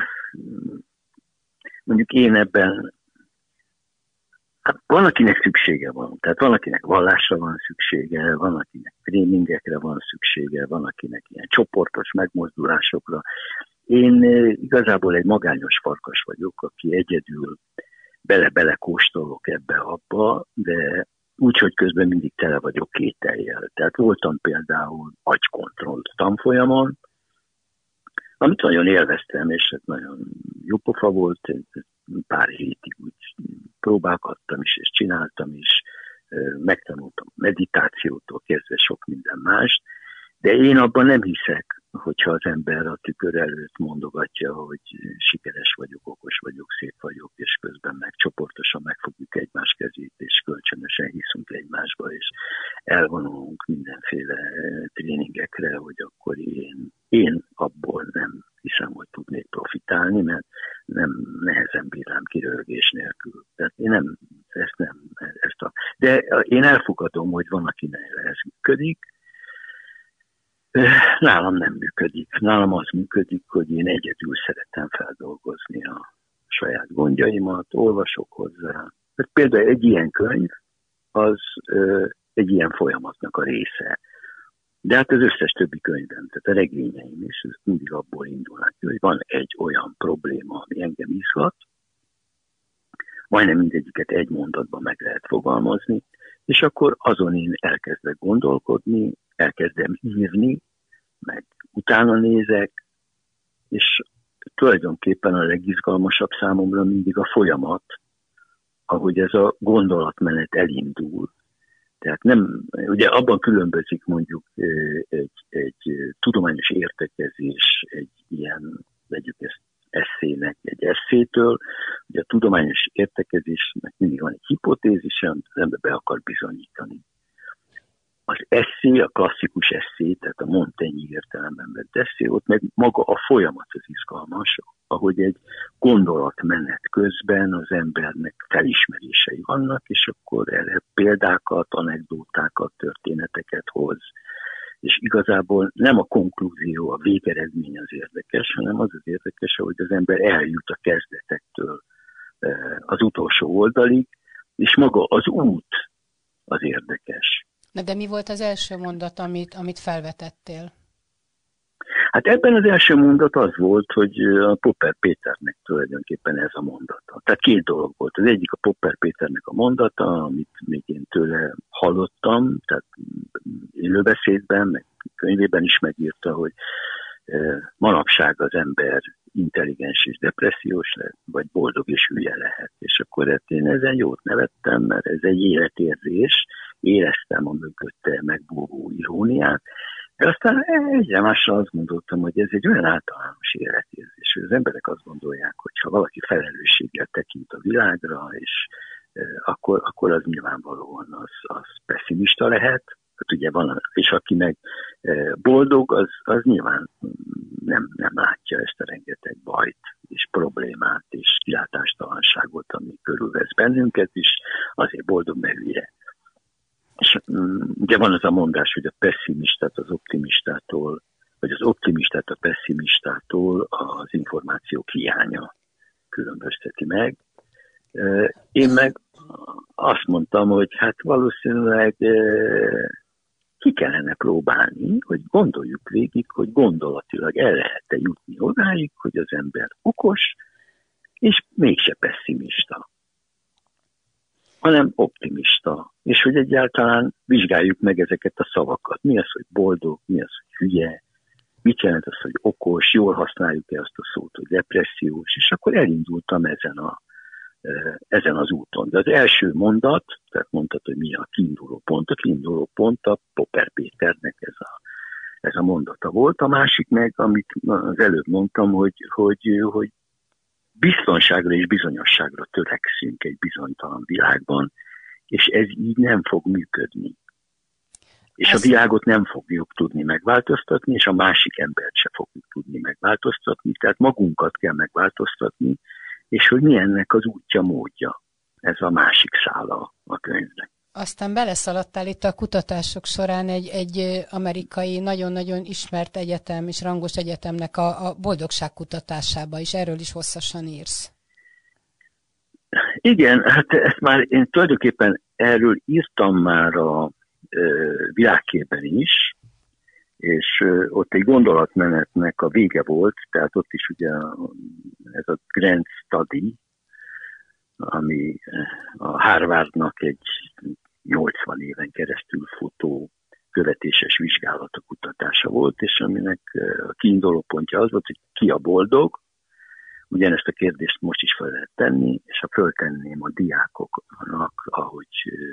mondjuk én ebben, hát van, akinek szüksége van. Tehát van, akinek vallásra van szüksége, van, akinek tréningekre van szüksége, van, akinek ilyen csoportos megmozdulásokra. Én igazából egy magányos farkas vagyok, aki egyedül bele-bele kóstolok ebbe-abba, de úgy, hogy közben mindig tele vagyok kétellyel. Tehát voltam például agykontroll tanfolyamon, amit nagyon élveztem, és nagyon jó pofa volt, pár hétig úgy próbálgattam is, és csináltam is, megtanultam meditációtól kezdve sok minden mást, de én abban nem hiszek, hogyha az ember a tükör előtt mondogatja, hogy sikeres vagyok, okos vagyok, szép vagyok, és közben meg csoportosan megfogjuk egymás kezét, és kölcsönösen hiszünk egymásba, és elvonulunk mindenféle tréningekre, hogy akkor én abból nem hiszem, hogy tudnék profitálni, mert nem nehezen bírám ki röhögés nélkül. Tehát én de én elfogadom, hogy van, akinek ez működik. Nálam nem működik. Nálam az működik, hogy én egyedül szeretem feldolgozni a saját gondjaimat, olvasok hozzá. Például egy ilyen könyv, az egy ilyen folyamatnak a része. De hát az összes többi könyvem, tehát a regényeim is, ez mindig abból indulnak, hogy van egy olyan probléma, ami engem izgat, majdnem mindegyiket egy mondatban meg lehet fogalmazni, és akkor azon én elkezdek gondolkodni, elkezdem írni, meg utána nézek, és tulajdonképpen a legizgalmasabb számomra mindig a folyamat, ahogy ez a gondolatmenet elindul. Tehát nem, ugye abban különbözik mondjuk egy tudományos értekezés, egy ilyen, vegyük ezt eszének, egy eszétől, ugye a tudományos értekezésnek mindig van egy hipotézise, amit az ember be akar bizonyítani. Az eszé, a klasszikus eszé, tehát a Montaigne értelemben vett eszé, ott meg maga a folyamat az izgalmas, ahogy egy gondolatmenet közben az embernek felismerései vannak, és akkor erre példákat, anekdótákat, történeteket hoz. És igazából nem a konklúzió, a végeredmény az érdekes, hanem az érdekes, hogy az ember eljut a kezdetektől az utolsó oldalig, és maga az út az érdekes. Na de mi volt az első mondat, amit felvetettél? Hát ebben az első mondat az volt, hogy a Popper Péternek tulajdonképpen ez a mondata. Tehát két dolog volt. Az egyik a Popper Péternek a mondata, amit még én tőle hallottam, tehát élőbeszédben, meg könyvében is megírta, hogy manapság az ember intelligens és depressziós lehet, vagy boldog és hülye lehet. És akkor én ezen jót nevettem, mert ez egy életérzés, éreztem a mögötte megbúvó iróniát, de aztán egyre másra azt gondoltam, hogy ez egy olyan általános életérzés, hogy az emberek azt gondolják, hogy ha valaki felelősséggel tekint a világra, és akkor az nyilvánvalóan az pessimista lehet. Hát ugye van, és aki meg boldog, az nyilván nem látja ezt a rengeteg bajt, és problémát, és kilátástalanságot, ami körülvesz bennünket, és azért boldog, mert hülye. És ugye van az a mondás, hogy a pessimistát az optimistától, vagy az optimistát a pessimistától az információk hiánya különbözteti meg. Én meg azt mondtam, hogy hát valószínűleg ki kellene próbálni, hogy gondoljuk végig, hogy gondolatilag el lehet-e jutni odáig, hogy az ember okos, és mégse pessimista, hanem optimista, és hogy egyáltalán vizsgáljuk meg ezeket a szavakat. Mi az, hogy boldog, mi az, hogy hülye, mit jelent az, hogy okos, jól használjuk-e azt a szót, hogy depressziós, és akkor elindultam ezen az úton. De az első mondat, tehát mondtad, hogy mi a kiinduló pont. A kiinduló pont a Popper Péternek ez Ez a mondata volt. A másik meg, amit az előbb mondtam, hogy biztonságra és bizonyosságra törekszünk egy bizonytalan világban, és ez így nem fog működni. És a világot nem fogjuk tudni megváltoztatni, és a másik embert se fogjuk tudni megváltoztatni, tehát magunkat kell megváltoztatni, és hogy mi ennek az útja, módja. Ez a másik szála a könyvnek. Aztán beleszaladtál itt a kutatások során egy amerikai, nagyon-nagyon ismert egyetem és rangos egyetemnek a boldogság kutatásába is. Erről is hosszasan írsz. Igen, hát ezt már én tulajdonképpen erről írtam már a világképben is, és ott egy gondolatmenetnek a vége volt, tehát ott is ugye ez a Grand Study, ami a Harvardnak egy 80 éven keresztül futó követéses vizsgálata kutatása volt, és aminek a kiinduló pontja az volt, hogy ki a boldog. Ugyanezt a kérdést most is fel lehet tenni, és ha föltenném a diákoknak, ahogy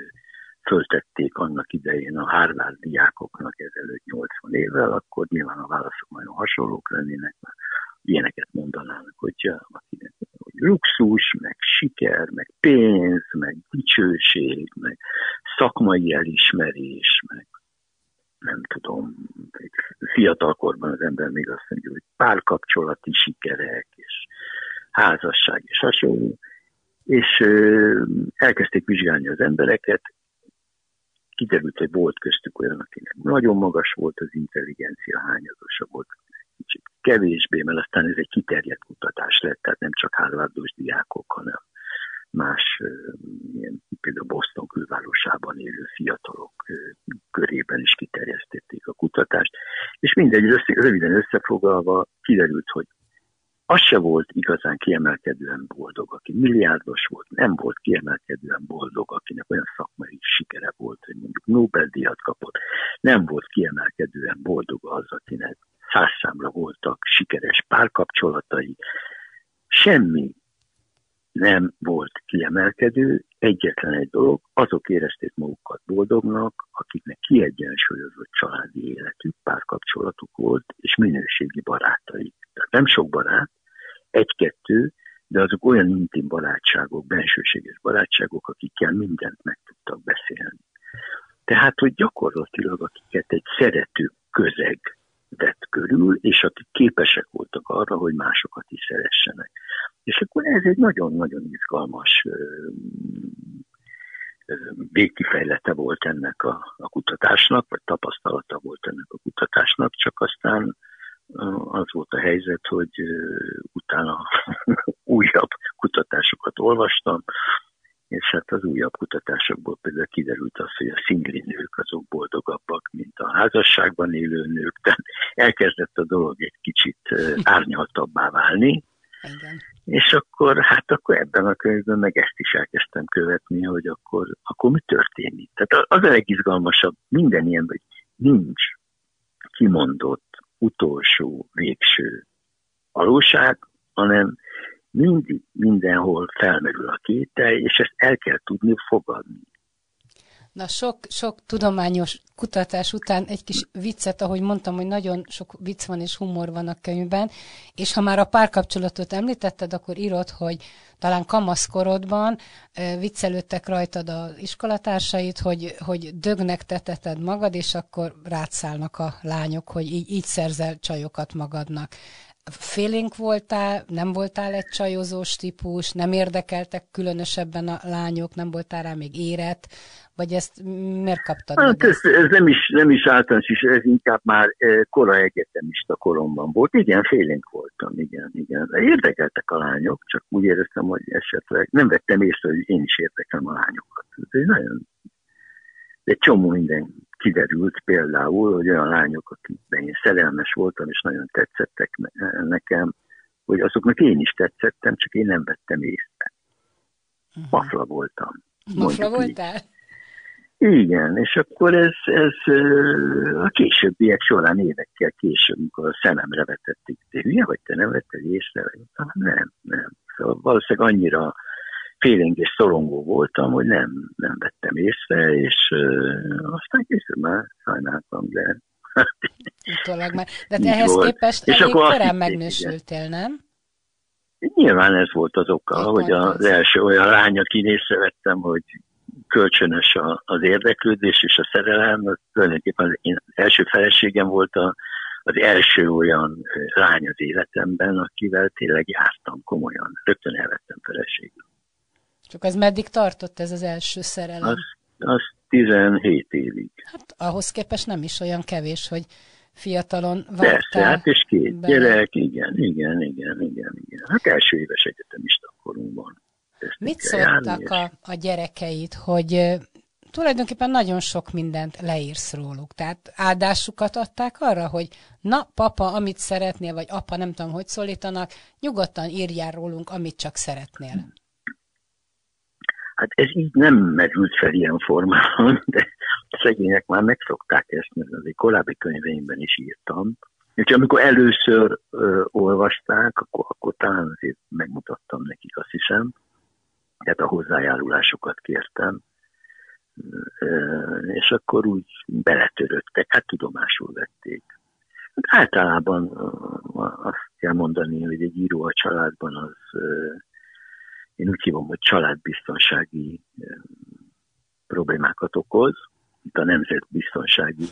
föltették annak idején a Harvard diákoknak ezelőtt 80 évvel, akkor nyilván a válaszok nagyon hasonlók lennének, mert ilyeneket mondanának, hogy akinek hogy luxus, meg siker, meg pénz, meg dicsőség, meg szakmai elismerés, meg nem tudom, egy fiatalkorban az ember még azt mondja, hogy párkapcsolati sikerek, és házasság, és hasonló. És elkezdték vizsgálni az embereket, kiderült, hogy volt köztük olyan, akinek nagyon magas volt az intelligencia, hányadosa volt, kicsit kevésbé, mert aztán ez egy kiterjedt kutatás lett, tehát nem csak Harvardos diákok, hanem más, ilyen, például Boston külvárosában élő fiatalok körében is kiterjesztették a kutatást, és mindegy, röviden összefoglalva kiderült, hogy az se volt igazán kiemelkedően boldog, aki milliárdos volt, nem volt kiemelkedően boldog, akinek olyan szakmai sikere volt, hogy mondjuk Nobel-díjat kapott, nem volt kiemelkedően boldog az, akinek 100 számra voltak sikeres párkapcsolatai, semmi nem volt kiemelkedő, egyetlen egy dolog, azok érezték magukat boldognak, akiknek kiegyensúlyozott családi életük, párkapcsolatuk volt, és minőségi barátaik. Tehát nem sok barát, egy-kettő, de azok olyan intim barátságok, bensőséges barátságok, akikkel mindent meg tudtak beszélni. Tehát, hogy gyakorlatilag akiket egy szerető közeg vett körül, és akik képesek voltak arra, hogy másokat is szeressenek. És akkor ez egy nagyon-nagyon izgalmas végkifejlete volt ennek a kutatásnak, vagy tapasztalata volt ennek a kutatásnak, csak aztán az volt a helyzet, hogy utána újabb kutatásokat olvastam, és hát az újabb kutatásokból például kiderült az, hogy a szingli nők azok boldogabbak, mint a házasságban élő nők, tehát elkezdett a dolog egy kicsit árnyaltabbá válni. Igen. És akkor ebben a könyvben meg ezt is elkezdtem követni, hogy akkor mi történik. Tehát az a legizgalmasabb minden ilyen, hogy nincs kimondott utolsó, végső valóság, hanem mindig mindenhol felmerül a kételj, és ezt el kell tudni fogadni. Na, sok tudományos kutatás után egy kis viccet, ahogy mondtam, hogy nagyon sok vicc van és humor van a könyvben, és ha már a párkapcsolatot említetted, akkor írod, hogy talán kamaszkorodban viccelődtek rajtad az iskolatársait, hogy dögnek teteted magad, és akkor rátszálnak a lányok, hogy így szerzel csajokat magadnak. Félénk voltál, nem voltál egy csajozós típus, nem érdekeltek különösebben a lányok, nem voltál rá még érett, vagy ezt miért kaptad? Hát ez nem is általános is, ez inkább már kora egyetemista koromban volt. Igen, félénk voltam, igen. Érdekeltek a lányok, csak úgy éreztem, hogy esetleg nem vettem észre, hogy én is érdekelem a lányokat. Egy csomó minden kiderült például, hogy olyan lányok, akikben én szerelmes voltam, és nagyon tetszettek nekem, hogy azoknak én is tetszettem, csak én nem vettem észre. Mafla voltam. Mafla voltál? Igen, és akkor ez a későbbiek során, évekkel később, amikor a szememre vetették, te hülye vagy, te nem vetted észre? Nem. Szóval valószínűleg annyira félénk és szorongó voltam, hogy nem vettem észre, és aztán később már sajnáltam, de Utólag már. De Így ehhez volt. képest És elég akkor korán megnősültél, nem? Nyilván ez volt az oka, hogy az első olyan lány, aki észrevettem, hogy kölcsönös az érdeklődés és a szerelem, az tulajdonképpen az első feleségem volt az első olyan lány az életemben, akivel tényleg jártam komolyan. Rögtön elvettem feleségül. Csak az meddig tartott ez az első szerelem? Az 17 évig. Hát ahhoz képest nem is olyan kevés, hogy fiatalon vágtál. Persze, hát és 2 bele. gyerek, igen. Hát első éves egyetemista korunkban. Mit szóltak a gyerekeid, hogy tulajdonképpen nagyon sok mindent leírsz róluk? Tehát áldásukat adták arra, hogy na, papa, amit szeretnél, vagy apa, nem tudom, hogy szólítanak, nyugodtan írjál rólunk, amit csak szeretnél. Hát ez így nem merült fel ilyen formában, de a szegények már megszokták ezt, mert azért korábbi könyveimben is írtam. És amikor először olvasták, akkor talán azért megmutattam nekik, azt hiszem. Tehát a hozzájárulásokat kértem. És akkor úgy beletörődtek, hát tudomásul vették. Hát általában azt kell mondani, hogy egy író a családban az, én úgy hívom, hogy családbiztonsági problémákat okoz. Itt a nemzetbiztonsági.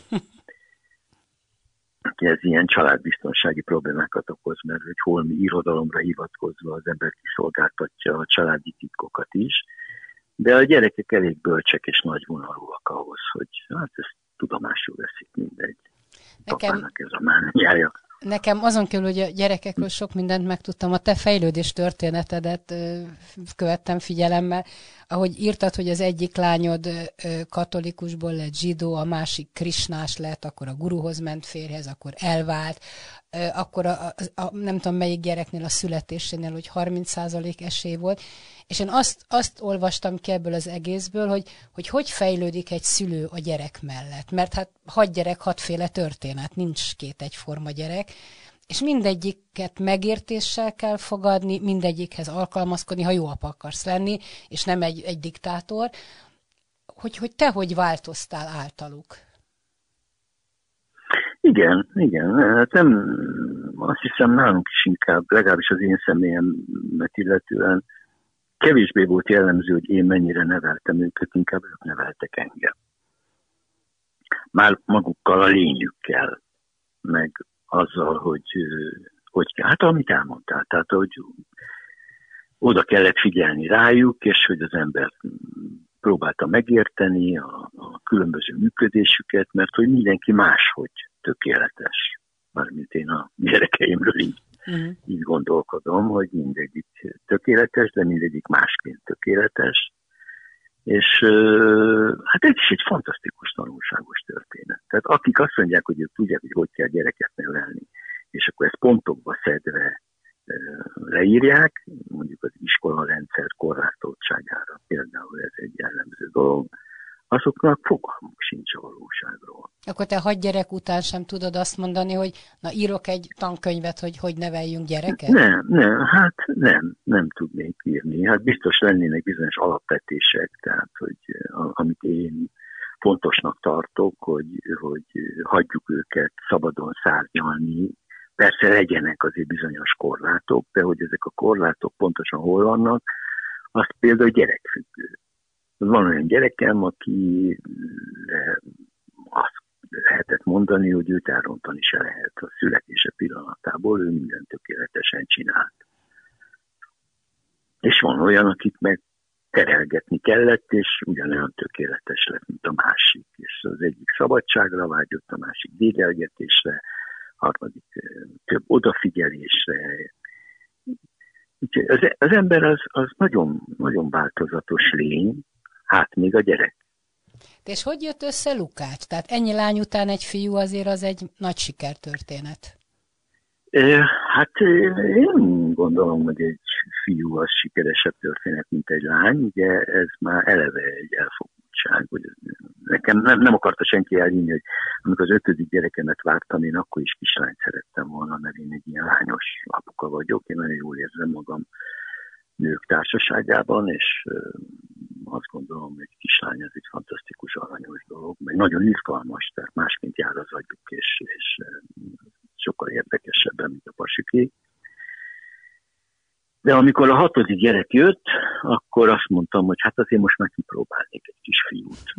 Ez ilyen családbiztonsági problémákat okoz, mert hogy holmi irodalomra hivatkozva az ember kiszolgáltatja a családi titkokat is. De a gyerekek elég bölcsek és nagyvonalúak ahhoz, hogy hát ezt tudomásul veszik, mindegy. Papának ez a mániája. Nekem azon kívül, hogy a gyerekekről sok mindent megtudtam, a te fejlődés történetedet követtem figyelemmel, ahogy írtad, hogy az egyik lányod katolikusból lett zsidó, a másik krisnás lett, akkor a guruhoz ment férjhez, akkor elvált, akkor nem tudom melyik gyereknél a születésénél, hogy 30% esély volt, és én azt olvastam ki ebből az egészből, hogy fejlődik egy szülő a gyerek mellett, mert hát 6 gyerek, 6-féle történet, nincs 2 egyforma gyerek, és mindegyiket megértéssel kell fogadni, mindegyikhez alkalmazkodni, ha jó apa akarsz lenni, és nem egy diktátor, hogy te hogy változtál általuk. Igen. Hát nem, azt hiszem nálunk is inkább, legalábbis az én személyemet illetően kevésbé volt jellemző, hogy én mennyire neveltem őket, inkább ők neveltek engem. Már magukkal a lényükkel, meg azzal, hogy hát amit elmondtál, tehát hogy oda kellett figyelni rájuk, és hogy az ember próbálta megérteni a különböző működésüket, mert hogy mindenki máshogy tökéletes. Mármint én a gyerekeimről így gondolkodom, hogy mindegyik tökéletes, de mindegyik másként tökéletes. És hát ez is egy fantasztikus tanulságos történet. Tehát akik azt mondják, hogy ők tudják, hogy kell gyereket nevelni, és akkor ezt pontokba szedve leírják, mondjuk az iskolarendszer korlátoltságára például ez egy jellemző dolog, azoknak fogalmuk sincs a valóságról. Akkor te 6 gyerek után sem tudod azt mondani, hogy na írok egy tankönyvet, hogy neveljünk gyereket? Nem tudnék írni. Hát biztos lennének bizonyos alapvetések, tehát hogy amit én fontosnak tartok, hogy hagyjuk őket szabadon szárnyalni. Persze legyenek azért bizonyos korlátok, de hogy ezek a korlátok pontosan hol vannak, az például gyerekfüggő. Van olyan gyerekem, aki azt lehetett mondani, hogy őt elrontani se lehet a születése pillanatából, ő mindent tökéletesen csinált. És van olyan, akit meg terelgetni kellett, és ugyanolyan tökéletes lett, mint a másik. És az egyik szabadságra vágyott, a másik dédelgetésre, harmadik több odafigyelésre. Az ember az nagyon, nagyon változatos lény, hát még a gyerek. És hogy jött össze Lukács? Tehát ennyi lány után egy fiú azért az egy nagy sikertörténet. Hát én gondolom, hogy egy fiú az sikeresebb történet, mint egy lány. Ugye ez már eleve egy elfogultság. Nekem nem akarta senki elhinni, hogy amikor az 5. gyerekemet vártam, én akkor is kislányt szerettem volna, mert én egy ilyen lányos apuka vagyok. Én nagyon jól érzem magam nők társaságában, és azt gondolom, hogy kislány ez egy fantasztikus, aranyos dolog, meg nagyon izgalmas, tehát másként jár az agyuk, és sokkal érdekesebben, mint a pasiké. De amikor a 6. gyerek jött, akkor azt mondtam, hogy hát azért most már kipróbálnék egy kisfiút.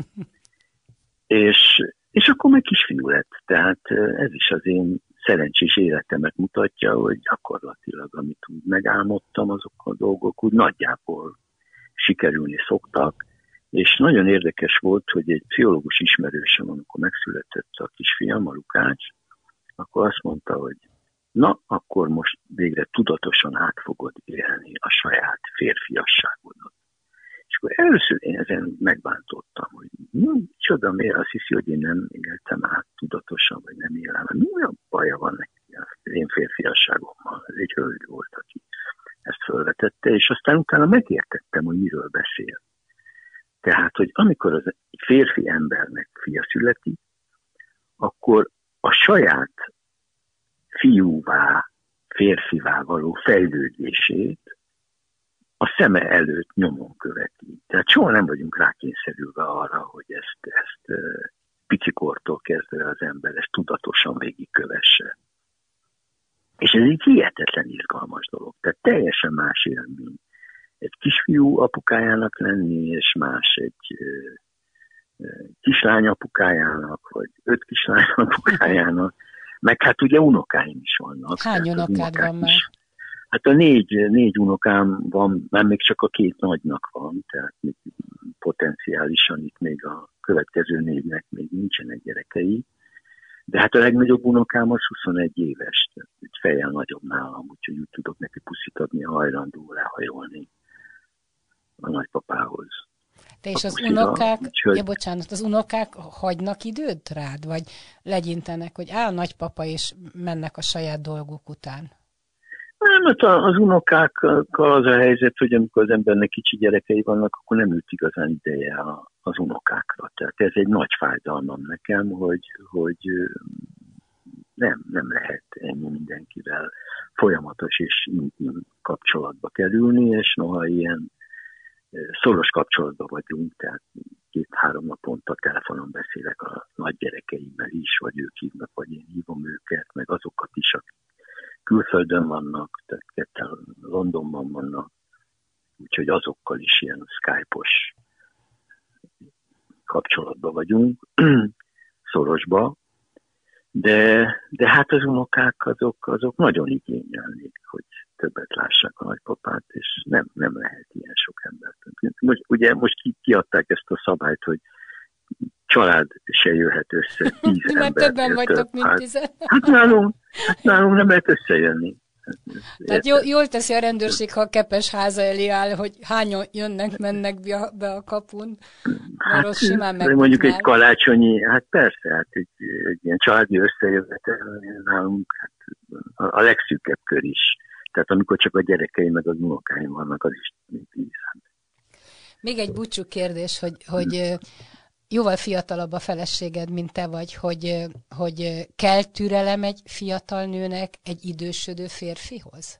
És akkor meg kisfiú lett. Tehát ez is az én szerencsés életemet mutatja, hogy gyakorlatilag, amit úgy megálmodtam, azok a dolgok úgy nagyjából sikerülni szoktak. És nagyon érdekes volt, hogy egy pszichológus ismerősöm, amikor megszületett a kisfiam, a Lukács, akkor azt mondta, hogy na, akkor most végre tudatosan át fogod élni a saját férfiasságodat. És akkor először én ezen megbántottam, hogy csoda, miért azt hiszi, hogy én nem éltem át tudatosan, vagy nem élem. Mi olyan baja van neki az én férfiasságommal? Ez egy hölgy volt, aki ezt felvetette, és aztán utána megértettem, hogy miről beszél. Tehát, hogy amikor az egy férfi embernek fia születik, akkor a saját fiúvá, férfivá való fejlődését a szeme előtt nyomon követi. Tehát soha nem vagyunk rákényszerülve arra, hogy ezt picikortól kezdve az ember ezt tudatosan végigkövesse. És ez egy hihetetlen izgalmas dolog. Tehát teljesen más élmény egy kisfiú apukájának lenni, és más egy kislány apukájának, vagy 5 kislány apukájának. Meg hát ugye unokáim is vannak. Hány unokád van már? Hát a négy unokám van, már még csak a 2 nagynak van, tehát még potenciálisan itt még a következő 4-nek még nincsenek gyerekei. De hát a legnagyobb unokám az 21 éves, tehát egy fejjel nagyobb nálam, úgyhogy úgy tudok neki puszit adni, hajlandó lehajolni a nagypapához. Te és az unokák, bocsánat, az unokák hagynak időt rád? Vagy legyintenek, hogy áll nagypapa és mennek a saját dolguk után? Nem, hát az unokákkal az a helyzet, hogy amikor az embernek kicsi gyerekei vannak, akkor nem jut igazán ideje az unokákra. Tehát ez egy nagy fájdalmam nekem, hogy nem lehet ennyi mindenkivel folyamatos és intim kapcsolatba kerülni, és noha ilyen szoros kapcsolatban vagyunk, tehát 2-3 naponta telefonon beszélek a nagy gyerekeimmel is, vagy ők hívnak, vagy én hívom őket, meg azokat is, akik külföldön vannak, tehát ketten Londonban vannak, úgyhogy azokkal is ilyen Skype-os kapcsolatban vagyunk, szorosba, de hát az unokák azok nagyon igényelnék, hogy többet lássák a nagypapát, és nem lehet ilyen sok embert. Most kiadták ezt a szabályt, hogy család se jöhet össze 10 ember. Mert többen vagytok, mint 10. Hát nálunk nem lehet összejönni. Tehát jól teszi a rendőrség, ha a Kepes háza elé áll, hogy hányan jönnek, mennek be a kapun. Hát, mondjuk egy karácsonyi, hát persze, hát egy ilyen családi összejövetel nálunk hát a legszűkebb kör is. Tehát amikor csak a gyerekeim meg az unokáim vannak, az is 10. Még egy búcsú kérdés, hogy jóval fiatalabb a feleséged, mint te vagy, hogy kell türelem egy fiatal nőnek egy idősödő férfihoz?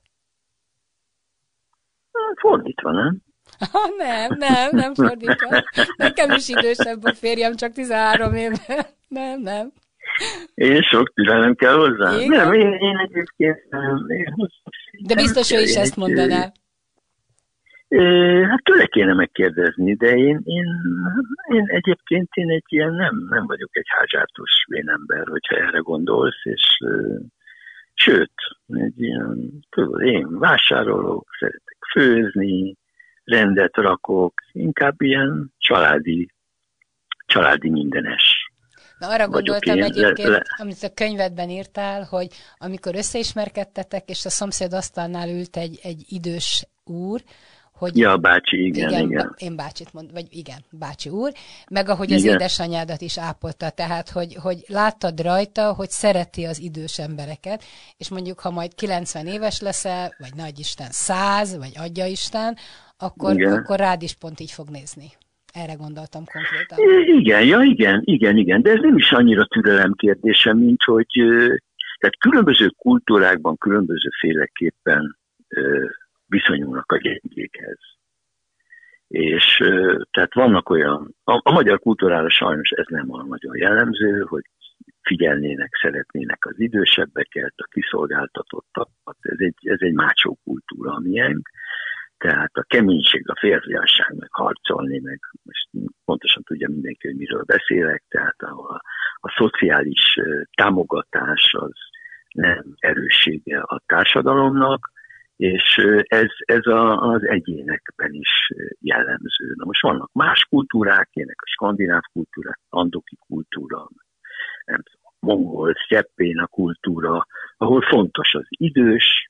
Fordítva, nem? Nem fordítva. Nekem is idősebb a férjem, csak 13 éve. Nem. Én sok türelem kell hozzá? Igen? Nem, én egyébként... De biztos ő is ezt mondaná. Hát tőle kéne megkérdezni, de én egyébként egy ilyen nem vagyok egy házsártos vénember, hogyha erre gondolsz, és sőt, egy ilyen, tudod, én vásárolok, szeretek főzni, rendet rakok, inkább ilyen családi mindenes. Na, arra gondoltam egyébként, amit a könyvedben írtál, hogy amikor összeismerkedtetek, és a szomszéd asztalnál ült egy idős úr, hogy... Ja, bácsi, igen. Én bácsit mondom, vagy igen, bácsi úr, meg ahogy az édesanyádat is ápolta, tehát, hogy láttad rajta, hogy szereti az idős embereket, és mondjuk, ha majd 90 éves leszel, vagy nagyisten 100, vagy adjaisten, akkor rád is pont így fog nézni. Erre gondoltam konkrétan. Igen, de ez nem is annyira türelem kérdése, mint hogy tehát különböző kultúrákban különböző féleképpen viszonyulnak a gyengékhez. És tehát vannak olyan, a magyar kultúrára sajnos ez nem olyan nagyon jellemző, hogy figyelnének, szeretnének az idősebbeket, a kiszolgáltatottakat. Ez egy mácsó kultúra, amilyenk. Tehát a keménység, a férfiasság, meg harcolni, meg most pontosan tudja mindenki, hogy miről beszélek, tehát a szociális támogatás az nem erőssége a társadalomnak, és ez az egyénekben is jellemző. Na most vannak más kultúrák, ilyenek a skandináv kultúrák, andoki kultúra, nem tudom, mongol, szeppén kultúra, ahol fontos az idős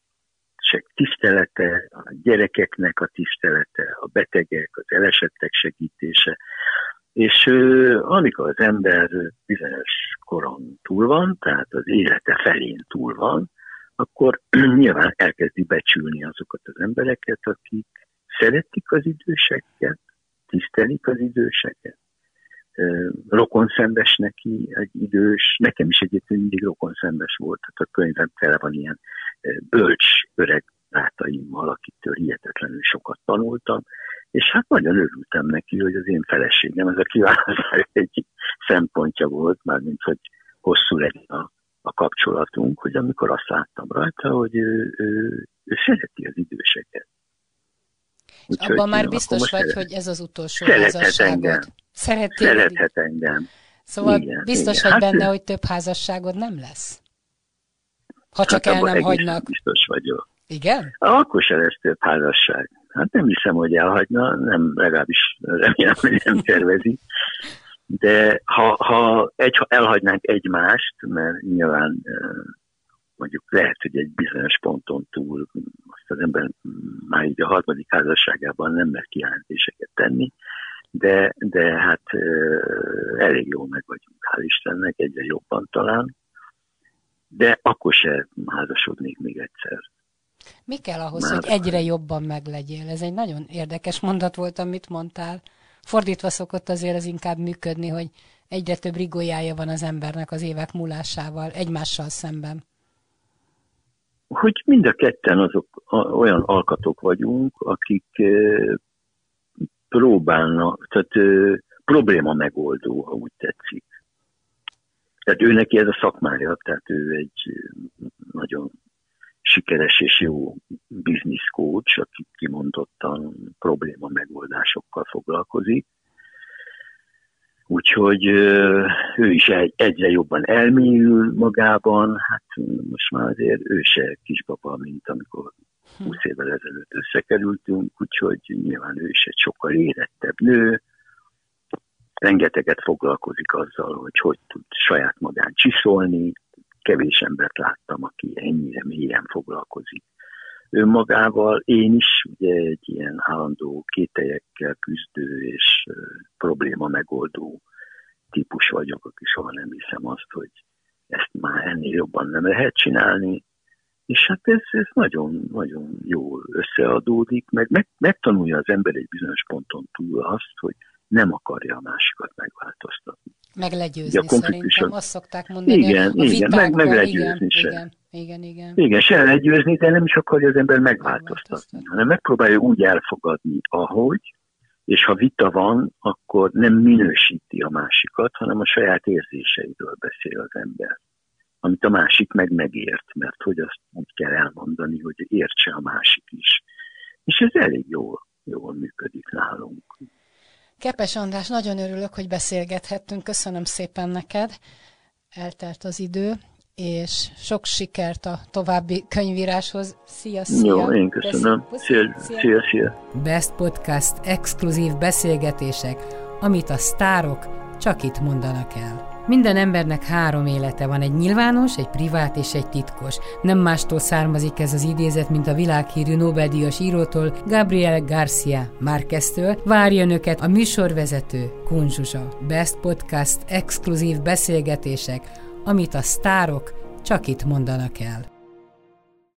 tisztelete, a gyerekeknek a tisztelete, a betegek, az elesettek segítése, és amikor az ember bizonyos koron túl van, tehát az élete felén túl van, akkor nyilván elkezdi becsülni azokat az embereket, akik szeretik az időseket, tisztelik az időseket. Rokonszenves neki egy idős, nekem is egyébként mindig rokonszenves volt, tehát a könyvem tele van ilyen bölcs öreg látaimmal, akiktől hihetetlenül sokat tanultam, és hát nagyon örültem neki, hogy az én feleségem, ez a kiválasztás egyik szempontja volt, mármint hogy hosszú legyen a kapcsolatunk, hogy amikor azt láttam rajta, hogy ő szereti az időseket. Úgyhogy abban már biztos vagy, hogy ez az utolsó házasságod. Szerethet engem. Szóval igen, biztos vagy benne, hogy több házasságod nem lesz? Ha csak hát el nem hagynak. Biztos vagyok. Igen? Akkor se lesz több házasság. Hát nem hiszem, hogy elhagyna, nem, legalábbis remélem, hogy nem tervezi. De ha elhagynánk egymást, mert nyilván mondjuk lehet, hogy egy bizonyos ponton túl azt az ember már így a harmadik házasságában nem mer kijelentéseket tenni, de hát elég jól meg vagyunk, hál' Istennek, egyre jobban talán, de akkor se házasodnék még egyszer. Mi kell ahhoz, hogy egyre jobban meglegyél? Ez egy nagyon érdekes mondat volt, amit mondtál. Fordítva szokott azért az inkább működni, hogy egyre több rigójája van az embernek az évek múlásával, egymással szemben. Hogy mind a ketten azok olyan alkatok vagyunk, akik próbálnak, tehát probléma megoldó, ha úgy tetszik. Tehát ő neki ez a szakmája, tehát ő egy nagyon sikeres és jó business coach, aki kimondottan probléma megoldásokkal foglalkozik. Úgyhogy ő is egyre jobban elmélyül magában, hát most már azért ő se kisbaba, mint amikor 20 évvel ezelőtt összekerültünk, úgyhogy nyilván ő is egy sokkal érettebb nő, rengeteget foglalkozik azzal, hogy tud saját magán csiszolni, kevés embert láttam, aki ennyire mélyen foglalkozik önmagával. Én is ugye egy ilyen állandó kételyekkel küzdő és probléma megoldó típus vagyok, aki soha nem hiszem azt, hogy ezt már ennél jobban nem lehet csinálni. És hát ez nagyon, nagyon jól összeadódik, meg megtanulja az ember egy bizonyos ponton túl azt, hogy nem akarja a másikat megváltoztatni. Meglegyőzni szerintem, azt szokták mondani. Igen, meglegyőzni se. Igen, se legyőzni, de nem is akarja az ember megváltoztatni, hanem megpróbálja úgy elfogadni, ahogy, és ha vita van, akkor nem minősíti a másikat, hanem a saját érzéseiről beszél az ember. Amit a másik megért, mert hogy azt úgy kell elmondani, hogy értse a másik is. És ez elég jól működik nálunk. Kepes András, nagyon örülök, hogy beszélgethettünk. Köszönöm szépen neked. Eltelt az idő, és sok sikert a további könyvíráshoz. Szia! Jó, én köszönöm. Szia! Best Podcast exkluzív beszélgetések, amit a sztárok csak itt mondanak el. Minden embernek 3 élete van, egy nyilvános, egy privát és egy titkos. Nem mástól származik ez az idézet, mint a világhírű Nobel-díjas írótól, Gabriel García Márqueztől. Várja önöket a műsorvezető, Kun Zsuzsa. Best Podcast exkluzív beszélgetések, amit a sztárok csak itt mondanak el.